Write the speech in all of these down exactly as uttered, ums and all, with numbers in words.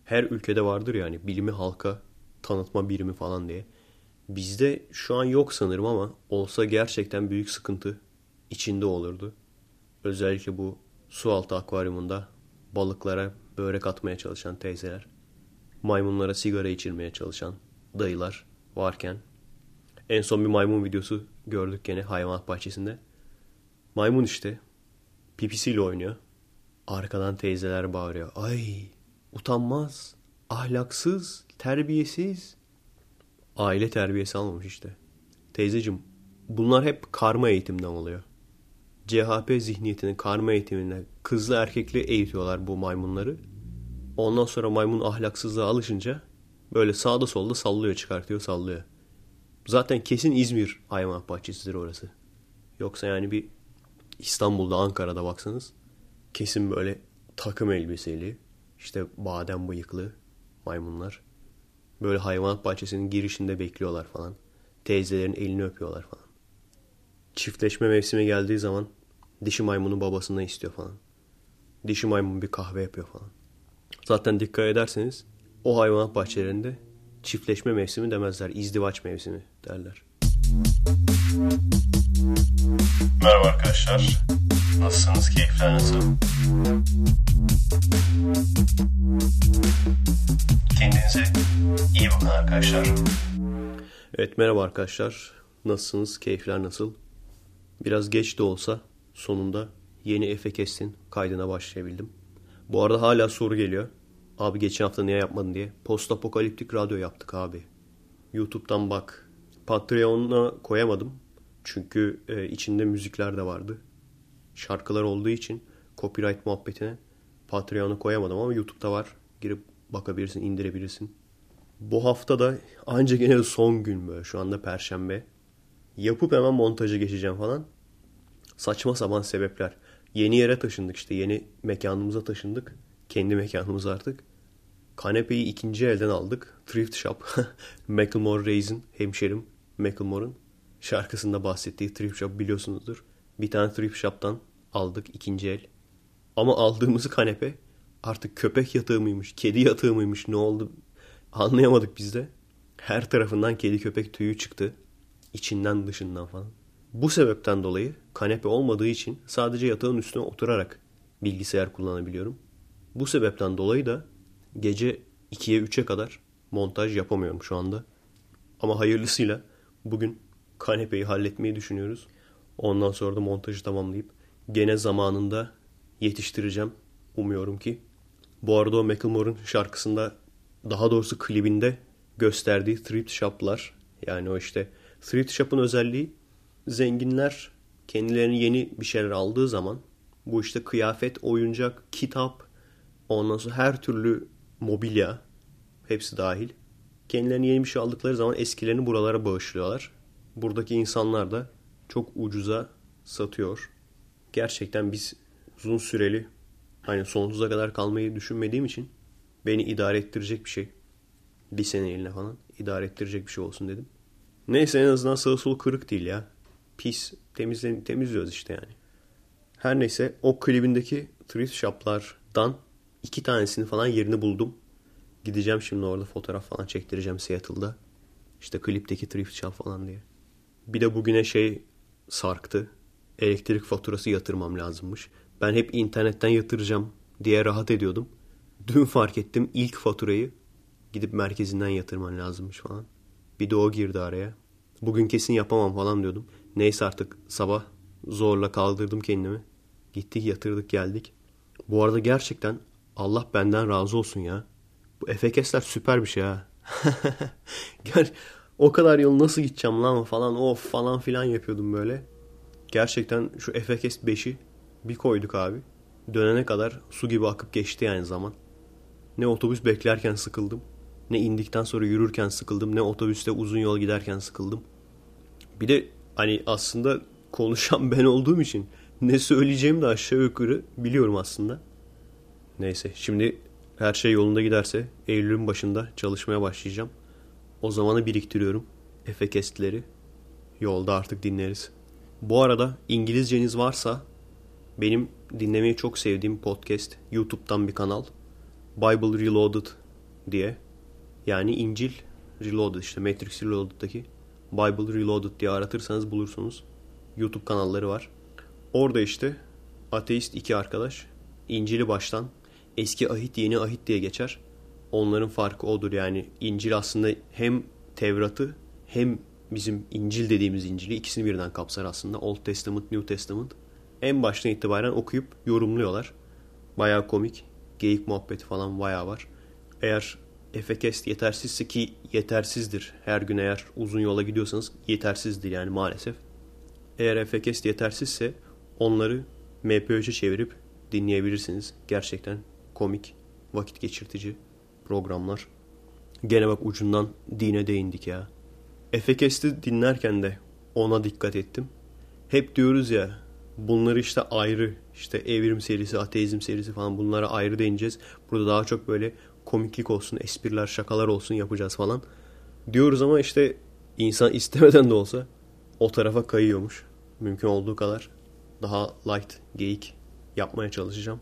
her ülkede vardır yani bilimi halka tanıtma birimi falan diye. Bizde şu an yok sanırım ama olsa gerçekten büyük sıkıntı içinde olurdu. Özellikle bu sualtı akvaryumunda balıklara börek atmaya çalışan teyzeler, maymunlara sigara içirmeye çalışan dayılar varken en son bir maymun videosu gördük gene hayvanat bahçesinde. Maymun işte pipisiyle oynuyor. Arkadan teyzeler bağırıyor. Ay, utanmaz, ahlaksız, terbiyesiz. Aile terbiyesi almamış işte. Teyzecim, bunlar hep karma eğitimden oluyor. C H P zihniyetinin karma eğitimine kızlı erkekli eğitiyorlar bu maymunları. Ondan sonra maymun ahlaksızlığa alışınca böyle sağda solda sallıyor, çıkartıyor, sallıyor. Zaten kesin İzmir hayvanat bahçesidir orası. Yoksa yani bir İstanbul'da, Ankara'da baksanız kesin böyle takım elbiseli, işte badem bıyıklı maymunlar. Böyle hayvanat bahçesinin girişinde bekliyorlar falan. Teyzelerin elini öpüyorlar falan. Çiftleşme mevsimi geldiği zaman dişi maymunun babasından istiyor falan. Dişi maymun bir kahve yapıyor falan. Zaten dikkat ederseniz o hayvanat bahçelerinde çiftleşme mevsimi demezler. İzdivaç mevsimi derler. Merhaba arkadaşlar. Nasılsınız? Keyifler nasıl? Kendinize iyi bakın arkadaşlar. Evet, merhaba arkadaşlar. Nasılsınız? Keyifler nasıl? Biraz geç de olsa sonunda yeni Efekest'in kaydına başlayabildim. Bu arada hala soru geliyor. Abi geçen hafta niye yapmadın diye. Post apokaliptik radyo yaptık abi. YouTube'dan bak. Patreon'a koyamadım. Çünkü e, içinde müzikler de vardı. Şarkılar olduğu için copyright muhabbetine Patreon'a koyamadım ama YouTube'da var. Girip bakabilirsin, indirebilirsin. Bu hafta da anca gene son gün böyle. Şu anda Perşembe. Yapıp hemen montaja geçeceğim falan. Saçma sapan sebepler. Yeni yere taşındık işte. Yeni mekanımıza taşındık. Kendi mekanımız artık. Kanepeyi ikinci elden aldık. Thrift Shop. Macklemore Reis'in hemşerim Macklemore'un şarkısında bahsettiği Thrift Shop biliyorsunuzdur. Bir tane Thrift Shop'tan aldık ikinci el. Ama aldığımız kanepe artık köpek yatağı mıymış, kedi yatağı mıymış, ne oldu anlayamadık biz de. Her tarafından kedi köpek tüyü çıktı. İçinden dışından falan. Bu sebepten dolayı kanepe olmadığı için sadece yatağın üstüne oturarak bilgisayar kullanabiliyorum. Bu sebepten dolayı da gece ikiye üçe kadar montaj yapamıyorum şu anda. Ama hayırlısıyla bugün kanepeyi halletmeyi düşünüyoruz. Ondan sonra da montajı tamamlayıp gene zamanında yetiştireceğim. Umuyorum ki. Bu arada o Macklemore'un şarkısında, daha doğrusu klibinde gösterdiği thrift shop'lar, yani o işte thrift shop'un özelliği, zenginler kendilerine yeni bir şeyler aldığı zaman bu işte kıyafet, oyuncak, kitap, ondan sonra her türlü mobilya, hepsi dahil. Kendilerine yeni bir şey aldıkları zaman eskilerini buralara bağışlıyorlar. Buradaki insanlar da çok ucuza satıyor. Gerçekten biz uzun süreli, hani sonsuza kadar kalmayı düşünmediğim için beni idare ettirecek bir şey. Bir sene eline falan idare ettirecek bir şey olsun dedim. Neyse, en azından sağı solu kırık değil ya. Pis. Temizle, temizliyoruz işte yani. Her neyse, o klibindeki thrift shop'lardan iki tanesini falan yerini buldum. Gideceğim şimdi orada fotoğraf falan çektireceğim Seattle'da. İşte klipteki thrift shop falan diye. Bir de bugüne şey sarktı. Elektrik faturası yatırmam lazımmış. Ben hep internetten yatıracağım diye rahat ediyordum. Dün fark ettim, ilk faturayı gidip merkezinden yatırman lazımmış falan. Bir de o girdi araya. Bugün kesin yapamam falan diyordum. Neyse artık sabah zorla kaldırdım kendimi. Gittik, yatırdık, geldik. Bu arada gerçekten Allah benden razı olsun ya. Bu Efekesler süper bir şey ha. Ger o kadar yol nasıl gideceğim lan falan, of falan filan yapıyordum böyle. Gerçekten şu Efekes beşi bir koyduk abi. Dönene kadar su gibi akıp geçti yani zaman. Ne otobüs beklerken sıkıldım, ne indikten sonra yürürken sıkıldım, ne otobüste uzun yol giderken sıkıldım. Bir de hani aslında konuşan ben olduğum için ne söyleyeceğimi de aşağı yukarı biliyorum aslında. Neyse, şimdi her şey yolunda giderse Eylül'ün başında çalışmaya başlayacağım. O zamanı biriktiriyorum. Efekestleri yolda artık dinleriz. Bu arada İngilizceniz varsa benim dinlemeyi çok sevdiğim podcast, YouTube'dan bir kanal, Bible Reloaded diye. Yani İncil Reloaded, işte Matrix Reloaded'daki Bible Reloaded diye aratırsanız bulursunuz. YouTube kanalları var. Orada işte ateist iki arkadaş İncil'i baştan eski ahit yeni ahit diye geçer. Onların farkı odur yani. İncil aslında hem Tevrat'ı hem bizim İncil dediğimiz İncil'i ikisini birden kapsar aslında. Old Testament, New Testament. En baştan itibaren okuyup yorumluyorlar. Bayağı komik. Geyik muhabbeti falan bayağı var. Eğer Efekest yetersizse, ki yetersizdir. Her gün eğer uzun yola gidiyorsanız yetersizdir yani maalesef. Eğer Efekest yetersizse onları M P üç'e çevirip dinleyebilirsiniz. Gerçekten komik, vakit geçirtici programlar. Gene bak ucundan dine değindik ya. Efekest'i dinlerken de ona dikkat ettim. Hep diyoruz ya, bunları işte ayrı, işte evrim serisi, ateizm serisi falan, bunlara ayrı değineceğiz. Burada daha çok böyle komiklik olsun, espriler, şakalar olsun yapacağız falan diyoruz ama işte insan istemeden de olsa o tarafa kayıyormuş. Mümkün olduğu kadar daha light, geyik yapmaya çalışacağım.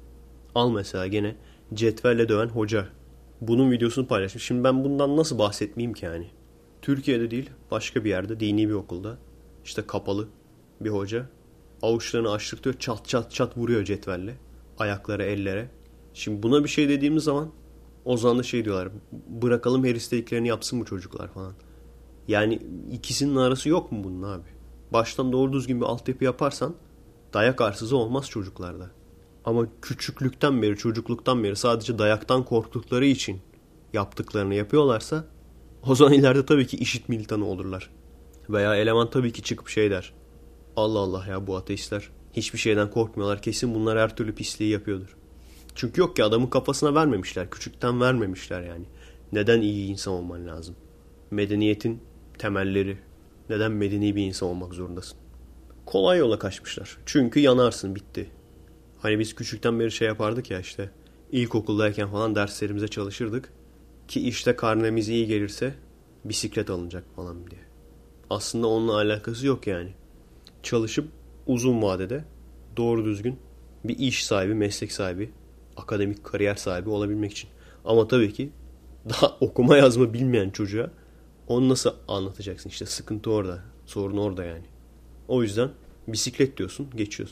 Al mesela gene cetvelle döven hoca. Bunun videosunu paylaşmış. Şimdi ben bundan nasıl bahsetmeyeyim ki yani? Türkiye'de değil, başka bir yerde, dini bir okulda, işte kapalı bir hoca avuçlarını açtırtıyor, çat çat çat vuruyor cetvelle ayaklara, ellere. Şimdi buna bir şey dediğimiz zaman o zaman da şey diyorlar, bırakalım her istediklerini yapsın bu çocuklar falan. Yani ikisinin arası yok mu bunun abi? Baştan doğru düzgün bir altyapı yaparsan dayak arsızı olmaz çocuklarda. Ama küçüklükten beri, çocukluktan beri sadece dayaktan korktukları için yaptıklarını yapıyorlarsa o zaman ileride tabii ki IŞİD militanı olurlar. Veya eleman tabii ki çıkıp şey der. Allah Allah ya, bu ateistler hiçbir şeyden korkmuyorlar. Kesin bunlar her türlü pisliği yapıyordur. Çünkü yok ki, adamın kafasına vermemişler. Küçükten vermemişler yani. Neden iyi insan olman lazım? Medeniyetin temelleri. Neden medeni bir insan olmak zorundasın? Kolay yola kaçmışlar. Çünkü yanarsın, bitti. Hani biz küçükten beri şey yapardık ya, işte ilkokuldayken falan derslerimize çalışırdık. Ki işte karnemiz iyi gelirse bisiklet alınacak falan diye. Aslında onunla alakası yok yani. Çalışıp uzun vadede doğru düzgün bir iş sahibi, meslek sahibi, akademik kariyer sahibi olabilmek için. Ama tabii ki daha okuma yazma bilmeyen çocuğa onu nasıl anlatacaksın? İşte sıkıntı orada. Sorun orada yani. O yüzden bisiklet diyorsun, geçiyorsun.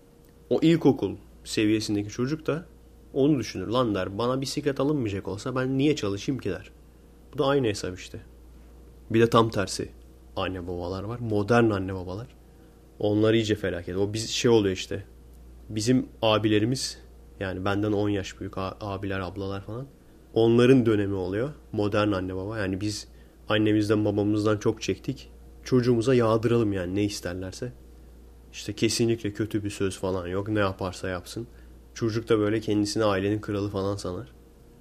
O ilkokul seviyesindeki çocuk da onu düşünür. Lan der, bana bisiklet alınmayacak olsa ben niye çalışayım ki der. Bu da aynı hesap işte. Bir de tam tersi anne babalar var. Modern anne babalar. Onlar iyice felaket. O biz şey oluyor işte. Bizim abilerimiz, yani benden on yaş büyük abiler, ablalar falan. Onların dönemi oluyor. Modern anne baba. Yani biz annemizden babamızdan çok çektik. Çocuğumuza yağdıralım yani ne isterlerse. İşte kesinlikle kötü bir söz falan yok. Ne yaparsa yapsın. Çocuk da böyle kendisini ailenin kralı falan sanar.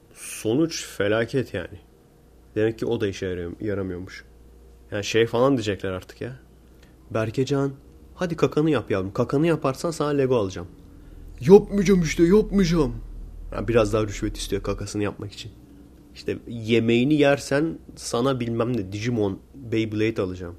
Sonuç felaket yani. Demek ki o da işe yarıyor, yaramıyormuş. Yani şey falan diyecekler artık ya. Berkecan, hadi kakanı yap yavrum. Kakanı yaparsan sana Lego alacağım. Yapmayacağım işte, yapmayacağım. Yani biraz daha rüşvet istiyor kakasını yapmak için. İşte yemeğini yersen sana bilmem ne Digimon, Beyblade alacağım.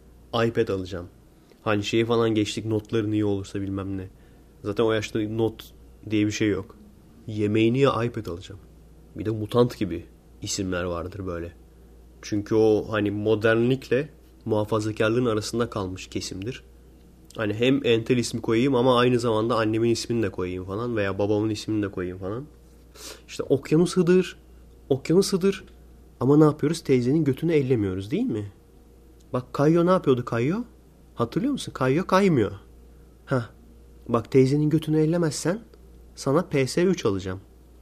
iPad alacağım. Hani şeyi falan geçtik, notların iyi olursa bilmem ne. Zaten o yaşta not diye bir şey yok. Yemeğini ya iPad alacağım. Bir de mutant gibi isimler vardır böyle. Çünkü o hani modernlikle muhafazakarlığın arasında kalmış kesimdir. Hani hem entel ismi koyayım ama aynı zamanda annemin ismini de koyayım falan veya babamın ismini de koyayım falan. İşte Okyanus Hıdır, Okyanus Hıdır ama ne yapıyoruz? Teyzenin götünü ellemiyoruz değil mi? Bak Kayyo ne yapıyordu Kayyo? Hatırlıyor musun? Kayyo kaymıyor. Heh. Bak teyzenin götünü ellemezsen sana P S üç alacağım.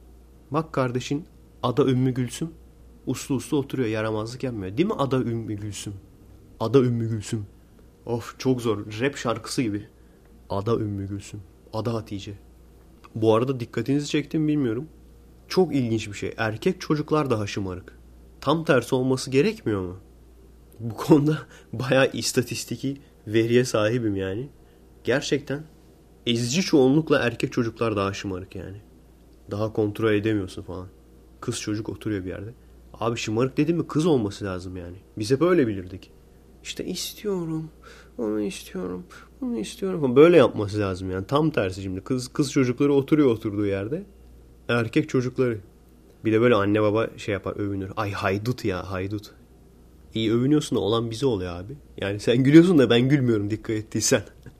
Bak kardeşin Ada Ümmü Gülsüm uslu uslu oturuyor, yaramazlık yapmıyor. Değil mi Ada Ümmü Gülsüm? Ada Ümmü Gülsüm. Of çok zor. Rap şarkısı gibi. Ada Ümmü Gülsüm. Ada Hatice. Bu arada dikkatinizi çektim bilmiyorum. Çok ilginç bir şey. Erkek çocuklar daha şımarık. Tam tersi olması gerekmiyor mu? Bu konuda bayağı istatistiki veriye sahibim yani. Gerçekten ezici çoğunlukla erkek çocuklar daha şımarık yani. Daha kontrol edemiyorsun falan. Kız çocuk oturuyor bir yerde. Abi şımarık dedim mi kız olması lazım yani. Biz hep öyle bilirdik. İşte istiyorum, onu istiyorum, onu istiyorum. Böyle yapması lazım yani. Tam tersi şimdi. Kız kız çocukları oturuyor oturduğu yerde. Erkek çocukları. Bir de böyle anne baba şey yapar, övünür. Ay haydut ya, haydut. İyi övünüyorsun da olan bize oluyor abi. Yani sen gülüyorsun da ben gülmüyorum, dikkat ettiysen.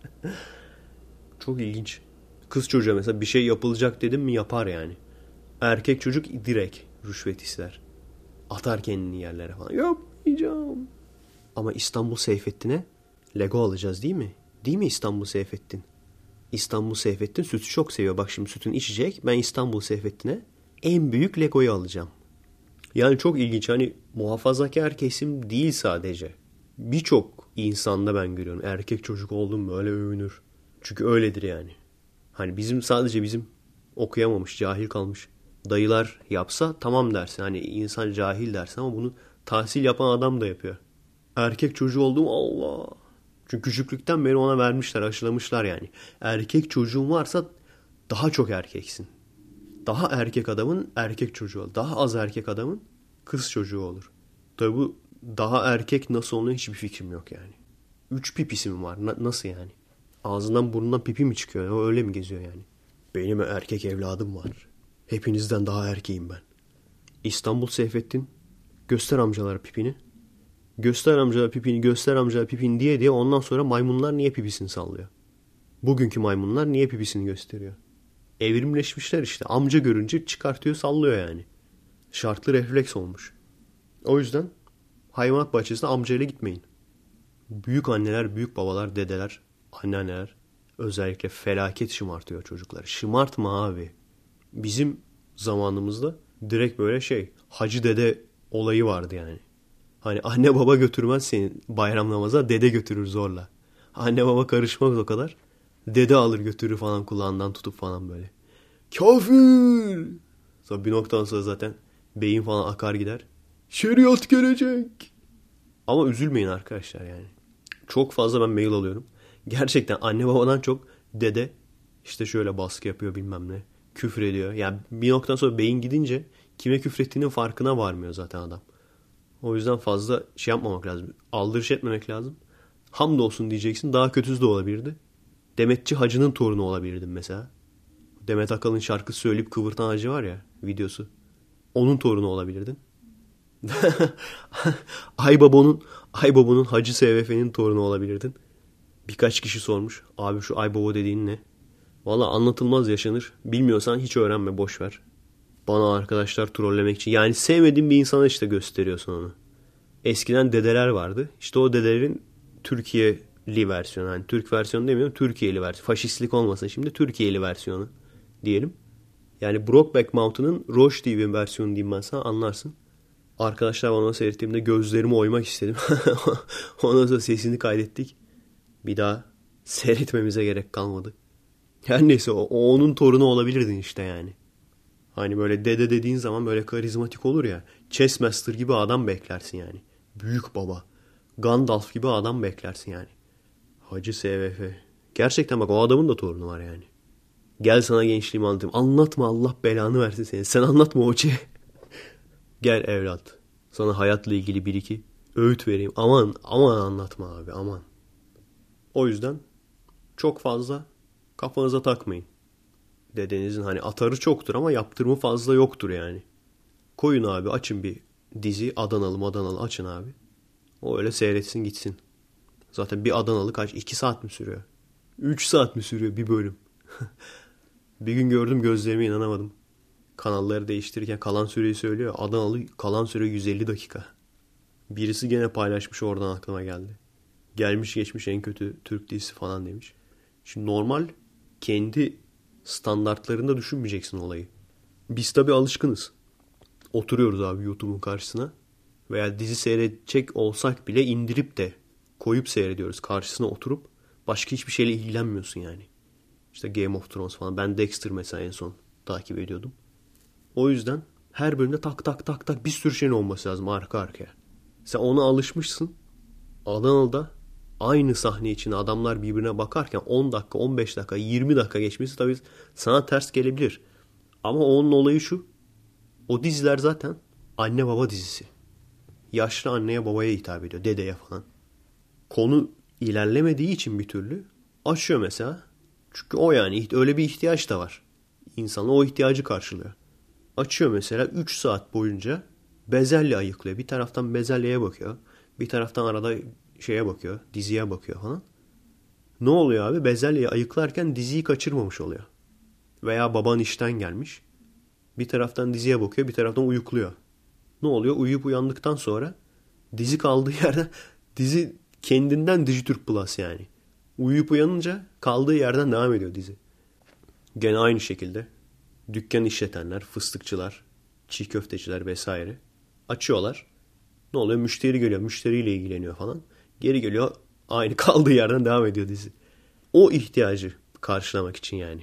Çok ilginç. Kız çocuğa mesela bir şey yapılacak dedim mi yapar yani. Erkek çocuk direkt rüşvet ister. Atar kendini yerlere falan. Yapmayacağım. Ama İstanbul Seyfettin'e Lego alacağız değil mi? Değil mi İstanbul Seyfettin? İstanbul Seyfettin sütü çok seviyor. Bak şimdi sütünü içecek. Ben İstanbul Seyfettin'e en büyük Lego'yu alacağım. Yani çok ilginç. Hani muhafazakar kesim değil sadece. Birçok insanda ben görüyorum. Erkek çocuk oldum böyle övünür. Çünkü öyledir yani. Hani bizim sadece bizim okuyamamış, cahil kalmış dayılar yapsa tamam dersin. Hani insan cahil dersin ama bunu tahsil yapan adam da yapıyor. Erkek çocuğu oldum Allah. Çünkü küçüklükten beri ona vermişler, aşılamışlar yani. Erkek çocuğun varsa daha çok erkeksin. Daha erkek adamın erkek çocuğu olur. Daha az erkek adamın kız çocuğu olur. Tabi bu daha erkek nasıl oluyor hiçbir fikrim yok yani. Üç pipisi mi var? Na- nasıl yani? Ağzından burnundan pipi mi çıkıyor? O öyle mi geziyor yani? Benim erkek evladım var. Hepinizden daha erkeğim ben. İstanbul Seyfettin göster amcalara pipini. Göster amcalara pipini, göster amcalara pipini diye diye ondan sonra maymunlar niye pipisini sallıyor? Bugünkü maymunlar niye pipisini gösteriyor? Evrimleşmişler işte. Amca görünce çıkartıyor, sallıyor yani. Şartlı refleks olmuş. O yüzden hayvanat bahçesine amcayla gitmeyin. Büyük anneler, büyük babalar, dedeler, anneanneler özellikle felaket şımartıyor çocukları. Şımartma abi. Bizim zamanımızda direkt böyle şey hacı dede olayı vardı yani. Hani anne baba götürmez seni bayram namaza, dede götürür zorla. Anne baba karışmaz o kadar. Dede alır götürür falan kulağından tutup falan böyle. Kafir! Sonra bir noktadan sonra zaten beyin falan akar gider. Şeriat gelecek. Ama üzülmeyin arkadaşlar yani. Çok fazla ben mail alıyorum. Gerçekten anne babadan çok dede işte şöyle baskı yapıyor bilmem ne. Küfür ediyor. Yani bir noktadan sonra beyin gidince kime küfrettiğinin farkına varmıyor zaten adam. O yüzden fazla şey yapmamak lazım. Aldırış etmemek lazım. Hamdolsun diyeceksin. Daha kötüsü de olabilirdi. Demetçi Hacı'nın torunu olabilirdim mesela. Demet Akalın şarkı söyleyip kıvırtan hacı var ya videosu. Onun torunu olabilirdin. Aybaba'nın Aybaba'nın Hacı S V F'nin torunu olabilirdin. Birkaç kişi sormuş. Abi şu Aybaba dediğin ne? Valla anlatılmaz yaşanır. Bilmiyorsan hiç öğrenme, boş ver. Bana arkadaşlar trollemek için. Yani sevmediğin bir insana işte gösteriyorsun onu. Eskiden dedeler vardı. İşte o dedelerin Türkiye'li versiyonu. Yani Türk versiyonu demiyorum. Türkiye'li versiyonu. Faşistlik olmasın şimdi. Türkiye'li versiyonu diyelim. Yani Brokeback Mountain'ın Roche diye bir versiyonu diyeyim ben sana, anlarsın. Arkadaşlar bana seyrettiğimde gözlerimi oymak istedim. Ondan sonra sesini kaydettik. Bir daha seyretmemize gerek kalmadı. Her neyse o, o onun torunu olabilirdin işte yani. Hani böyle dede dediğin zaman böyle karizmatik olur ya. Chessmaster gibi adam beklersin yani. Büyük baba. Gandalf gibi adam beklersin yani. Hacı S V F. Gerçekten bak o adamın da torunu var yani. Gel sana gençliğimi anlatayım. Anlatma, Allah belanı versin seni. Sen anlatma hoca. Gel evlat. Sana hayatla ilgili bir iki öğüt vereyim. Aman aman anlatma abi aman. O yüzden çok fazla kafanıza takmayın. Dedenizin hani atarı çoktur ama yaptırımı fazla yoktur yani. Koyun abi, açın bir dizi, Adanalı Adanalı açın abi. O öyle seyretsin gitsin. Zaten bir Adanalı kaç? iki saat mi sürüyor? üç saat mi sürüyor bir bölüm? Bir gün gördüm, gözlerime inanamadım. Kanalları değiştirirken kalan süreyi söylüyor. Adanalı kalan süre yüz elli dakika. Birisi gene paylaşmış, oradan aklıma geldi. Gelmiş geçmiş en kötü Türk dizisi falan demiş. Şimdi normal kendi standartlarında düşünmeyeceksin olayı. Biz tabii alışkınız. Oturuyoruz abi YouTube'un karşısına. Veya dizi seyredecek olsak bile indirip de koyup seyrediyoruz. Karşısına oturup başka hiçbir şeyle ilgilenmiyorsun yani. İşte Game of Thrones falan. Ben Dexter mesela en son takip ediyordum. O yüzden her bölümde tak tak tak tak bir sürü şeyin olması lazım arka arkaya. Sen ona alışmışsın. Adanalı'da aynı sahne için adamlar birbirine bakarken on dakika, on beş dakika, yirmi dakika geçmesi tabii sana ters gelebilir. Ama onun olayı şu. O diziler zaten anne baba dizisi. Yaşlı anneye babaya hitap ediyor. Dedeye falan. Konu ilerlemediği için bir türlü açıyor mesela. Çünkü o yani öyle bir ihtiyaç da var. İnsanlar o ihtiyacı karşılıyor. Açıyor mesela üç saat boyunca bezelye ayıklıyor. Bir taraftan bezelyeye bakıyor. Bir taraftan arada şeye bakıyor. Diziye bakıyor falan. Ne oluyor abi? Bezelyeyi ayıklarken diziyi kaçırmamış oluyor. Veya baban işten gelmiş. Bir taraftan diziye bakıyor, bir taraftan uyukluyor. Ne oluyor? Uyuyup uyandıktan sonra dizi kaldığı yerden, dizi kendinden Dijitürk Plus yani. Uyuyup uyanınca kaldığı yerden devam ediyor dizi. Gene aynı şekilde dükkan işletenler, fıstıkçılar, çiğ köfteciler vesaire açıyorlar. Ne oluyor? Müşteri geliyor, müşteriyle ilgileniyor falan. Geri geliyor, aynı kaldığı yerden devam ediyor dizi. O ihtiyacı karşılamak için yani.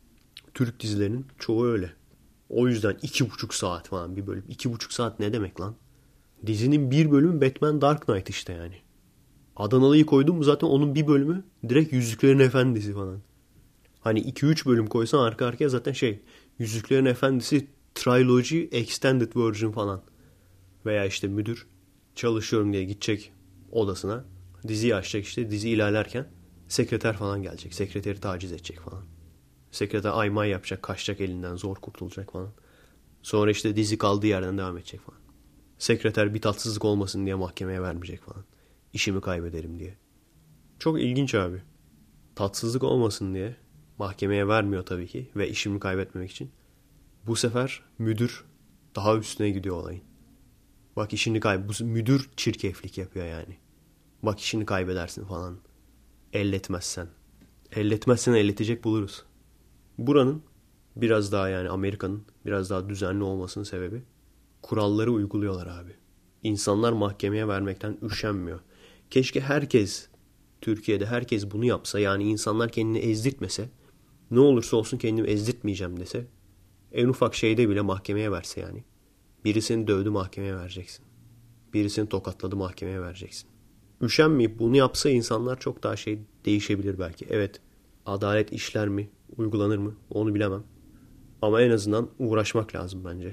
Türk dizilerinin çoğu öyle. O yüzden iki buçuk saat falan bir bölüm. İki buçuk saat ne demek lan? Dizinin bir bölümü Batman Dark Knight işte yani. Adanalı'yı koydum mu zaten onun bir bölümü direkt Yüzüklerin Efendisi falan. Hani iki üç bölüm koysan arka arkaya zaten şey Yüzüklerin Efendisi Trilogy Extended Version falan. Veya işte müdür çalışıyorum diye gidecek odasına. Diziyi açacak işte dizi ilerlerken sekreter falan gelecek. Sekreteri taciz edecek falan. Sekreter aymay yapacak, kaçacak elinden, zor kurtulacak falan. Sonra işte dizi kaldığı yerden devam edecek falan. Sekreter bir tatsızlık olmasın diye mahkemeye vermeyecek falan. İşimi kaybederim diye. Çok ilginç abi. Tatsızlık olmasın diye mahkemeye vermiyor tabii ki ve işimi kaybetmemek için. Bu sefer müdür daha üstüne gidiyor olayın. Bak işini kaybeder. Bu müdür çirkeflik yapıyor yani. Bak işini kaybedersin falan. Elletmezsen. Elletmezsen elletecek buluruz. Buranın biraz daha yani Amerika'nın biraz daha düzenli olmasının sebebi kuralları uyguluyorlar abi. İnsanlar mahkemeye vermekten üşenmiyor. Keşke herkes Türkiye'de herkes bunu yapsa yani insanlar kendini ezdirtmese ne olursa olsun kendimi ezdirtmeyeceğim dese en ufak şeyde bile mahkemeye verse yani. Birisini dövdü mahkemeye vereceksin. Birisini tokatladı mahkemeye vereceksin. Üşenmeyip bunu yapsa insanlar çok daha şey değişebilir belki. Evet adalet işler mi uygulanır mı onu bilemem. Ama en azından uğraşmak lazım bence.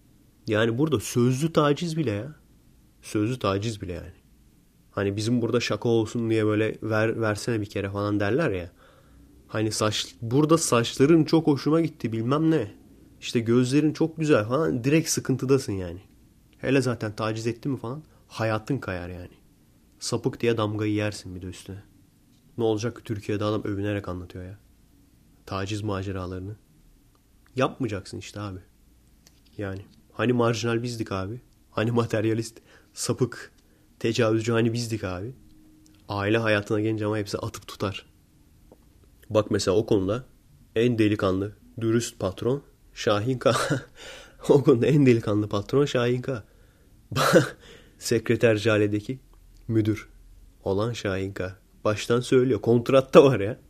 Yani burada sözlü taciz bile ya. Sözlü taciz bile yani. Hani bizim burada şaka olsun diye böyle ver, versene bir kere falan derler ya. Hani saç, burada saçların çok hoşuma gitti bilmem ne. İşte gözlerin çok güzel falan direkt sıkıntıdasın yani. Hele zaten taciz etti mi falan hayatın kayar yani. Sapık diye damgayı yersin bir de üstüne. Ne olacak ki Türkiye'de adam övünerek anlatıyor ya. Taciz maceralarını. Yapmayacaksın işte abi. Yani hani marjinal bizdik abi. Hani materyalist, sapık, tecavüzcü hani bizdik abi. Aile hayatına gelince ama hepsi atıp tutar. Bak mesela o konuda en delikanlı, dürüst patron Şahin K. O konuda en delikanlı patron Şahin K. Sekreter Jale'deki müdür olan Şahin K. Baştan söylüyor. Kontratta var ya.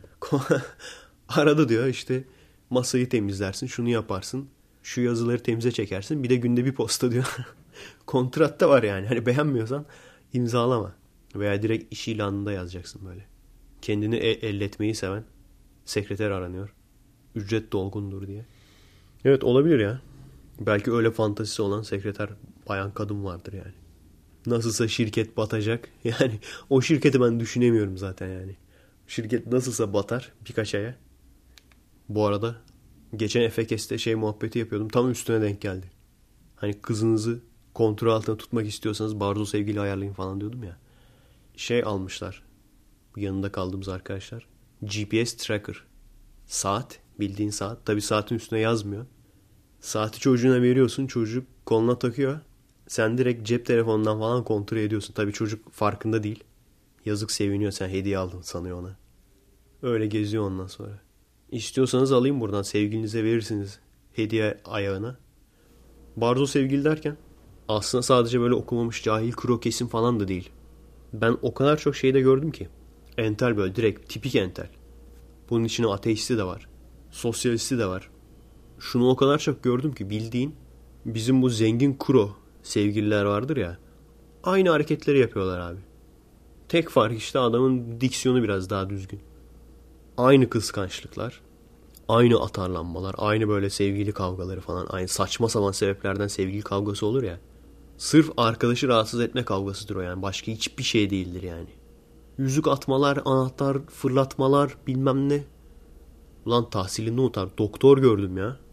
Arada diyor işte masayı temizlersin, şunu yaparsın, şu yazıları temize çekersin, bir de günde bir posta diyor. Kontratta var yani. Hani beğenmiyorsan imzalama. Veya direkt iş ilanında yazacaksın böyle. Kendini e- elletmeyi seven sekreter aranıyor. Ücret dolgundur diye. Evet olabilir ya. Belki öyle fantazisi olan sekreter bayan kadın vardır yani. Nasılsa şirket batacak. Yani o şirketi ben düşünemiyorum zaten yani. Şirket nasılsa batar birkaç aya. Bu arada geçen Efekes'te şey muhabbeti yapıyordum. Tam üstüne denk geldi. Hani kızınızı kontrol altında tutmak istiyorsanız barzo sevgili ayarlayın falan diyordum ya. Şey almışlar. Yanında kaldığımız arkadaşlar. G P S tracker. Saat. Bildiğin saat. Tabii saatin üstüne yazmıyor. Saati çocuğuna veriyorsun. Çocuk koluna takıyor. Sen direkt cep telefonundan falan kontrol ediyorsun. Tabii çocuk farkında değil. Yazık seviniyor. Sen hediye aldın sanıyor ona. Öyle geziyor ondan sonra. İstiyorsanız alayım buradan. Sevgilinize verirsiniz. Hediye ayağına. Barzo sevgili derken aslında sadece böyle okumamış cahil kro kesim falan da değil. Ben o kadar çok şeyde gördüm ki. Entel böyle direkt tipik entel. Bunun içine ateisti de var. Sosyalisti de var. Şunu o kadar çok gördüm ki bildiğin bizim bu zengin kro sevgililer vardır ya. Aynı hareketleri yapıyorlar abi. Tek fark işte adamın diksiyonu biraz daha düzgün. Aynı kıskançlıklar. Aynı atarlanmalar. Aynı böyle sevgili kavgaları falan. Aynı saçma sapan sebeplerden sevgili kavgası olur ya. Sırf arkadaşı rahatsız etme kavgasıdır o yani. Başka hiçbir şey değildir yani. Yüzük atmalar, anahtar fırlatmalar bilmem ne. Ulan tahsilini utar. Doktor gördüm ya.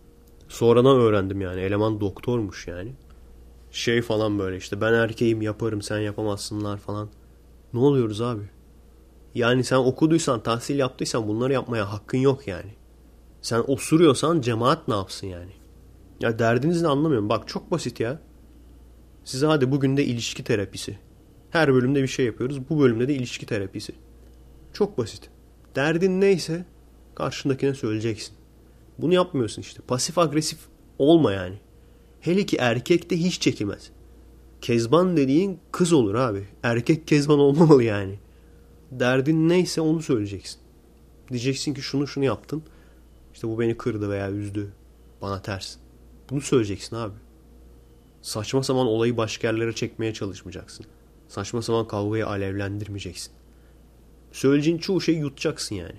Sonradan öğrendim yani. Eleman doktormuş yani. Şey falan böyle işte ben erkeğim yaparım sen yapamazsınlar falan. Ne oluyoruz abi? Yani sen okuduysan, tahsil yaptıysan bunları yapmaya hakkın yok yani. Sen osuruyorsan cemaat ne yapsın yani? Ya derdinizi anlamıyorum. Bak çok basit ya. Size hadi bugün de ilişki terapisi. Her bölümde bir şey yapıyoruz. Bu bölümde de ilişki terapisi. Çok basit. Derdin neyse karşındakine söyleyeceksin. Bunu yapmıyorsun işte. Pasif agresif olma yani. Hele ki erkekte hiç çekilmez. Kezban dediğin kız olur abi. Erkek kezban olmamalı yani. Derdin neyse onu söyleyeceksin. Diyeceksin ki şunu şunu yaptın. İşte bu beni kırdı veya üzdü. Bana ters. Bunu söyleyeceksin abi. Saçma sapan olayı başka yerlere çekmeye çalışmayacaksın. Saçma sapan kavgayı alevlendirmeyeceksin. Söyleyeceğin çoğu şeyi yutacaksın yani.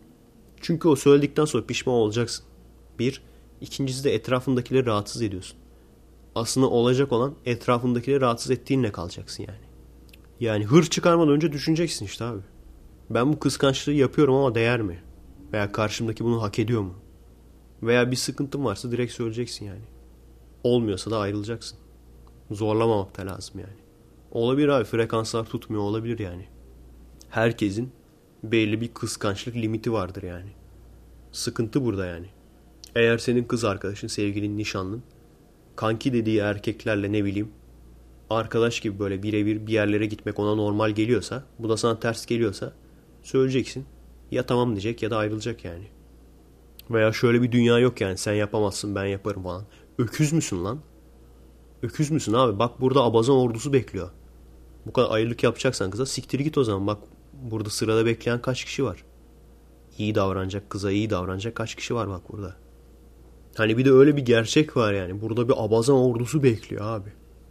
Çünkü o söyledikten sonra pişman olacaksın. Bir. İkincisi de etrafındakileri rahatsız ediyorsun. Aslında olacak olan etrafındakileri rahatsız ettiğinle kalacaksın yani. Yani hır çıkarmadan önce düşüneceksin işte abi. Ben bu kıskançlığı yapıyorum ama değer mi? Veya karşımdaki bunu hak ediyor mu? Veya bir sıkıntın varsa direkt söyleyeceksin yani. Olmuyorsa da ayrılacaksın. Zorlamamak da lazım yani. Olabilir abi, frekanslar tutmuyor olabilir yani. Herkesin belli bir kıskançlık limiti vardır yani. Sıkıntı burada yani. Eğer senin kız arkadaşın, sevgilin, nişanlın kanki dediği erkeklerle ne bileyim arkadaş gibi böyle birebir bir yerlere gitmek ona normal geliyorsa, bu da sana ters geliyorsa söyleyeceksin. Ya tamam diyecek ya da ayrılacak yani. Veya şöyle bir dünya yok yani sen yapamazsın ben yaparım falan. Öküz müsün lan? Öküz müsün abi? Bak burada abazan ordusu bekliyor. Bu kadar ayrılık yapacaksan kıza siktir git o zaman. Bak burada sırada bekleyen kaç kişi var? İyi davranacak kıza iyi davranacak kaç kişi var bak burada. Hani bir de öyle bir gerçek var yani. Burada bir abazan ordusu bekliyor abi.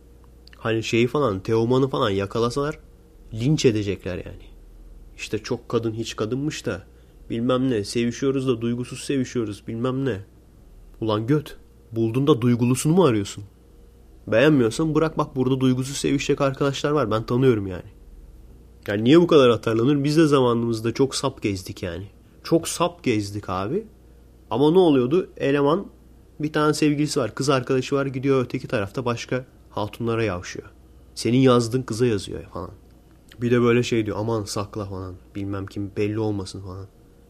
Hani şeyi falan Teoman'ı falan yakalasalar linç edecekler yani. İşte çok kadın hiç kadınmış da bilmem ne sevişiyoruz da duygusuz sevişiyoruz bilmem ne. Ulan göt buldun da duygulusunu mu arıyorsun? Beğenmiyorsan bırak bak burada duygusuz sevişecek arkadaşlar var ben tanıyorum yani. Yani niye bu kadar atarlanır? Biz de zamanımızda çok sap gezdik yani. Çok sap gezdik abi. Ama ne oluyordu? Eleman bir tane sevgilisi var kız arkadaşı var gidiyor öteki tarafta başka hatunlara yavşıyor. Senin yazdığın kıza yazıyor falan. Bir de böyle şey diyor aman sakla falan bilmem kim belli olmasın falan.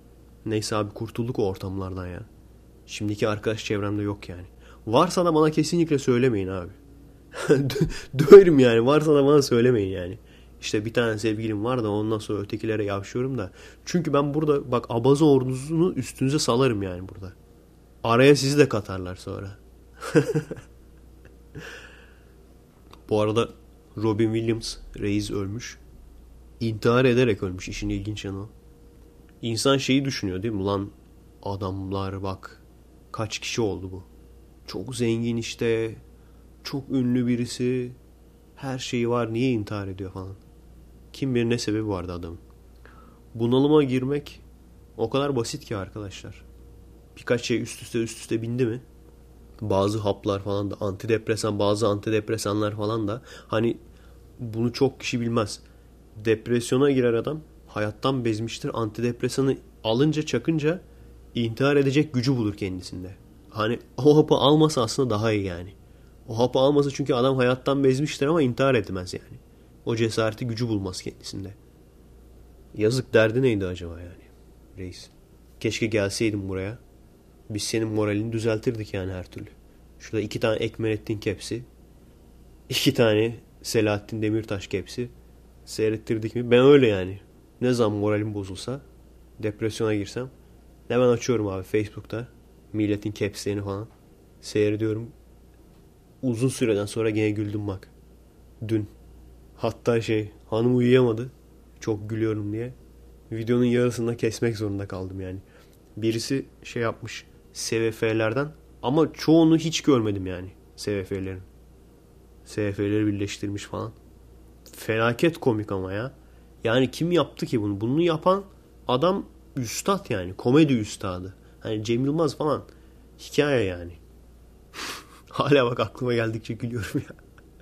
Neyse abi kurtulduk o ortamlardan ya. Şimdiki arkadaş çevremde yok yani. Varsa da bana kesinlikle söylemeyin abi. Döverim yani varsa da bana söylemeyin yani. İşte bir tane sevgilim var da ondan sonra ötekilere yavşıyorum da. Çünkü ben burada bak abaza ordusunu üstünüze salarım yani burada. Araya sizi de katarlar sonra. Bu arada Robin Williams reis ölmüş. İntihar ederek ölmüş. İşin ilginç yanı o. İnsan şeyi düşünüyor değil mi? Ulan adamlar bak kaç kişi oldu bu. Çok zengin işte. Çok ünlü birisi. Her şeyi var. Niye intihar ediyor falan. Kim bilir ne sebebi vardı adamın. Bunalıma girmek o kadar basit ki arkadaşlar. Birkaç şey üst üste üst üste bindi mi? Bazı haplar falan da antidepresan bazı antidepresanlar falan da hani bunu çok kişi bilmez. Depresyona girer adam hayattan bezmiştir. Antidepresanı alınca çakınca intihar edecek gücü bulur kendisinde. Hani o hapı almasa aslında daha iyi yani. O hapı almasa çünkü adam hayattan bezmiştir ama intihar etmez yani. O cesareti gücü bulmaz kendisinde. Yazık derdi neydi acaba yani reis? Keşke gelseydin buraya. Biz senin moralini düzeltirdik yani her türlü. Şurada iki tane Ekmelettin kepsi. İki tane Selahattin Demirtaş kepsi. Seyrettirdik mi? Ben öyle yani. Ne zaman moralim bozulsa depresyona girsem hemen açıyorum abi Facebook'ta milletin kepslerini falan seyrediyorum. Uzun süreden sonra gene güldüm bak. Dün. Hatta şey hanım uyuyamadı. Çok gülüyorum diye. Videonun yarısında kesmek zorunda kaldım yani. Birisi şey yapmış. S V F'lerden. Ama çoğunu hiç görmedim yani. S V F'lerin. S V F'leri birleştirmiş falan. Felaket komik ama ya. Yani kim yaptı ki bunu? Bunu yapan adam üstad yani. Komedi üstadı. Hani Cem Yılmaz falan. Hikaye yani. Hala bak aklıma geldikçe gülüyorum ya.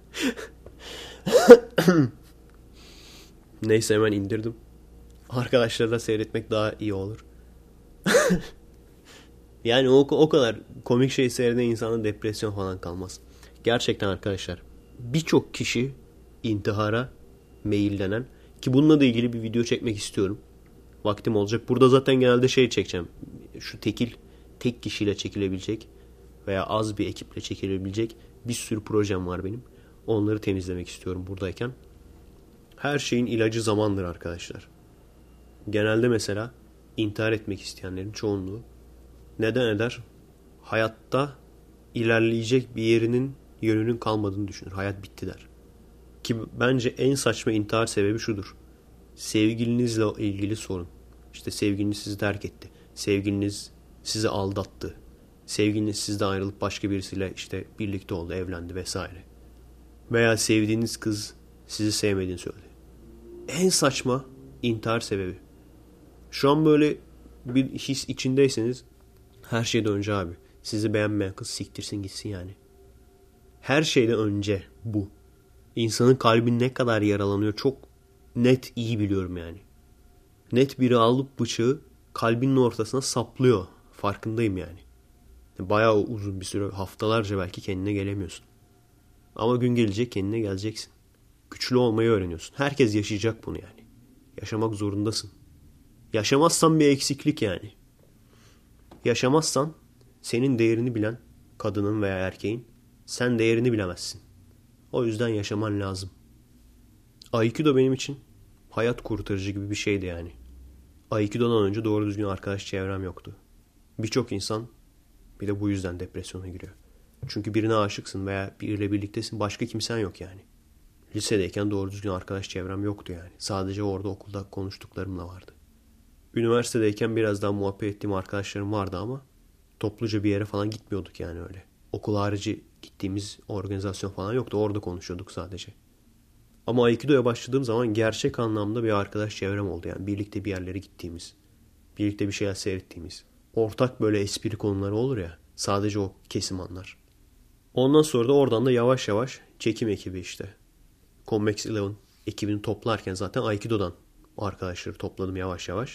Neyse hemen indirdim. Arkadaşlarla seyretmek daha iyi olur. Yani o, o kadar komik şey seyreden insanda depresyon falan kalmaz. Gerçekten arkadaşlar birçok kişi intihara meyillenen, ki bununla da ilgili bir video çekmek istiyorum. Vaktim olacak. Burada zaten genelde şey çekeceğim. Şu tekil, tek kişiyle çekilebilecek veya az bir ekiple çekilebilecek bir sürü projem var benim. Onları temizlemek istiyorum buradayken. Her şeyin ilacı zamandır arkadaşlar. Genelde mesela intihar etmek isteyenlerin çoğunluğu neden eder? Hayatta ilerleyecek bir yerinin, yönünün kalmadığını düşünür. Hayat bitti der. Ki bence en saçma intihar sebebi şudur. Sevgilinizle ilgili sorun. İşte sevgiliniz sizi terk etti. Sevgiliniz sizi aldattı. Sevgiliniz sizden ayrılıp başka birisiyle işte birlikte oldu, evlendi vesaire. Veya sevdiğiniz kız sizi sevmediğini söyledi. En saçma intihar sebebi. Şu an böyle bir his içindeyseniz her şeyden önce abi. Sizi beğenmeyen kız siktirsin gitsin yani. Her şeyden önce bu. İnsanın kalbi ne kadar yaralanıyor çok net iyi biliyorum yani. Net biri alıp bıçağı kalbinin ortasına saplıyor. Farkındayım yani. Bayağı uzun bir süre, haftalarca belki kendine gelemiyorsun. Ama gün gelecek kendine geleceksin. Güçlü olmayı öğreniyorsun. Herkes yaşayacak bunu yani. Yaşamak zorundasın. Yaşamazsan bir eksiklik yani. Yaşamazsan senin değerini bilen kadının veya erkeğin sen değerini bilemezsin. O yüzden yaşaman lazım. Aikido benim için hayat kurtarıcı gibi bir şeydi yani. Aikido'dan önce doğru düzgün arkadaş çevrem yoktu. Birçok insan bir de bu yüzden depresyona giriyor. Çünkü birine aşıksın veya biriyle birliktesin, başka kimsen yok yani. Lisedeyken doğru düzgün arkadaş çevrem yoktu yani. Sadece orada okulda konuştuklarımla vardı. Üniversitedeyken biraz daha muhabbet ettiğim arkadaşlarım vardı ama topluca bir yere falan gitmiyorduk yani öyle. Okul harici gittiğimiz organizasyon falan yoktu. Orada konuşuyorduk sadece. Ama Aikido'ya başladığım zaman gerçek anlamda bir arkadaş çevrem oldu. Yani birlikte bir yerlere gittiğimiz, birlikte bir şeyler seyrettiğimiz. Ortak böyle espri konuları olur ya. Sadece o kesim anlar. Ondan sonra da oradan da yavaş yavaş çekim ekibi işte. Convex Eleven ekibini toplarken zaten Aikido'dan arkadaşları topladım yavaş yavaş.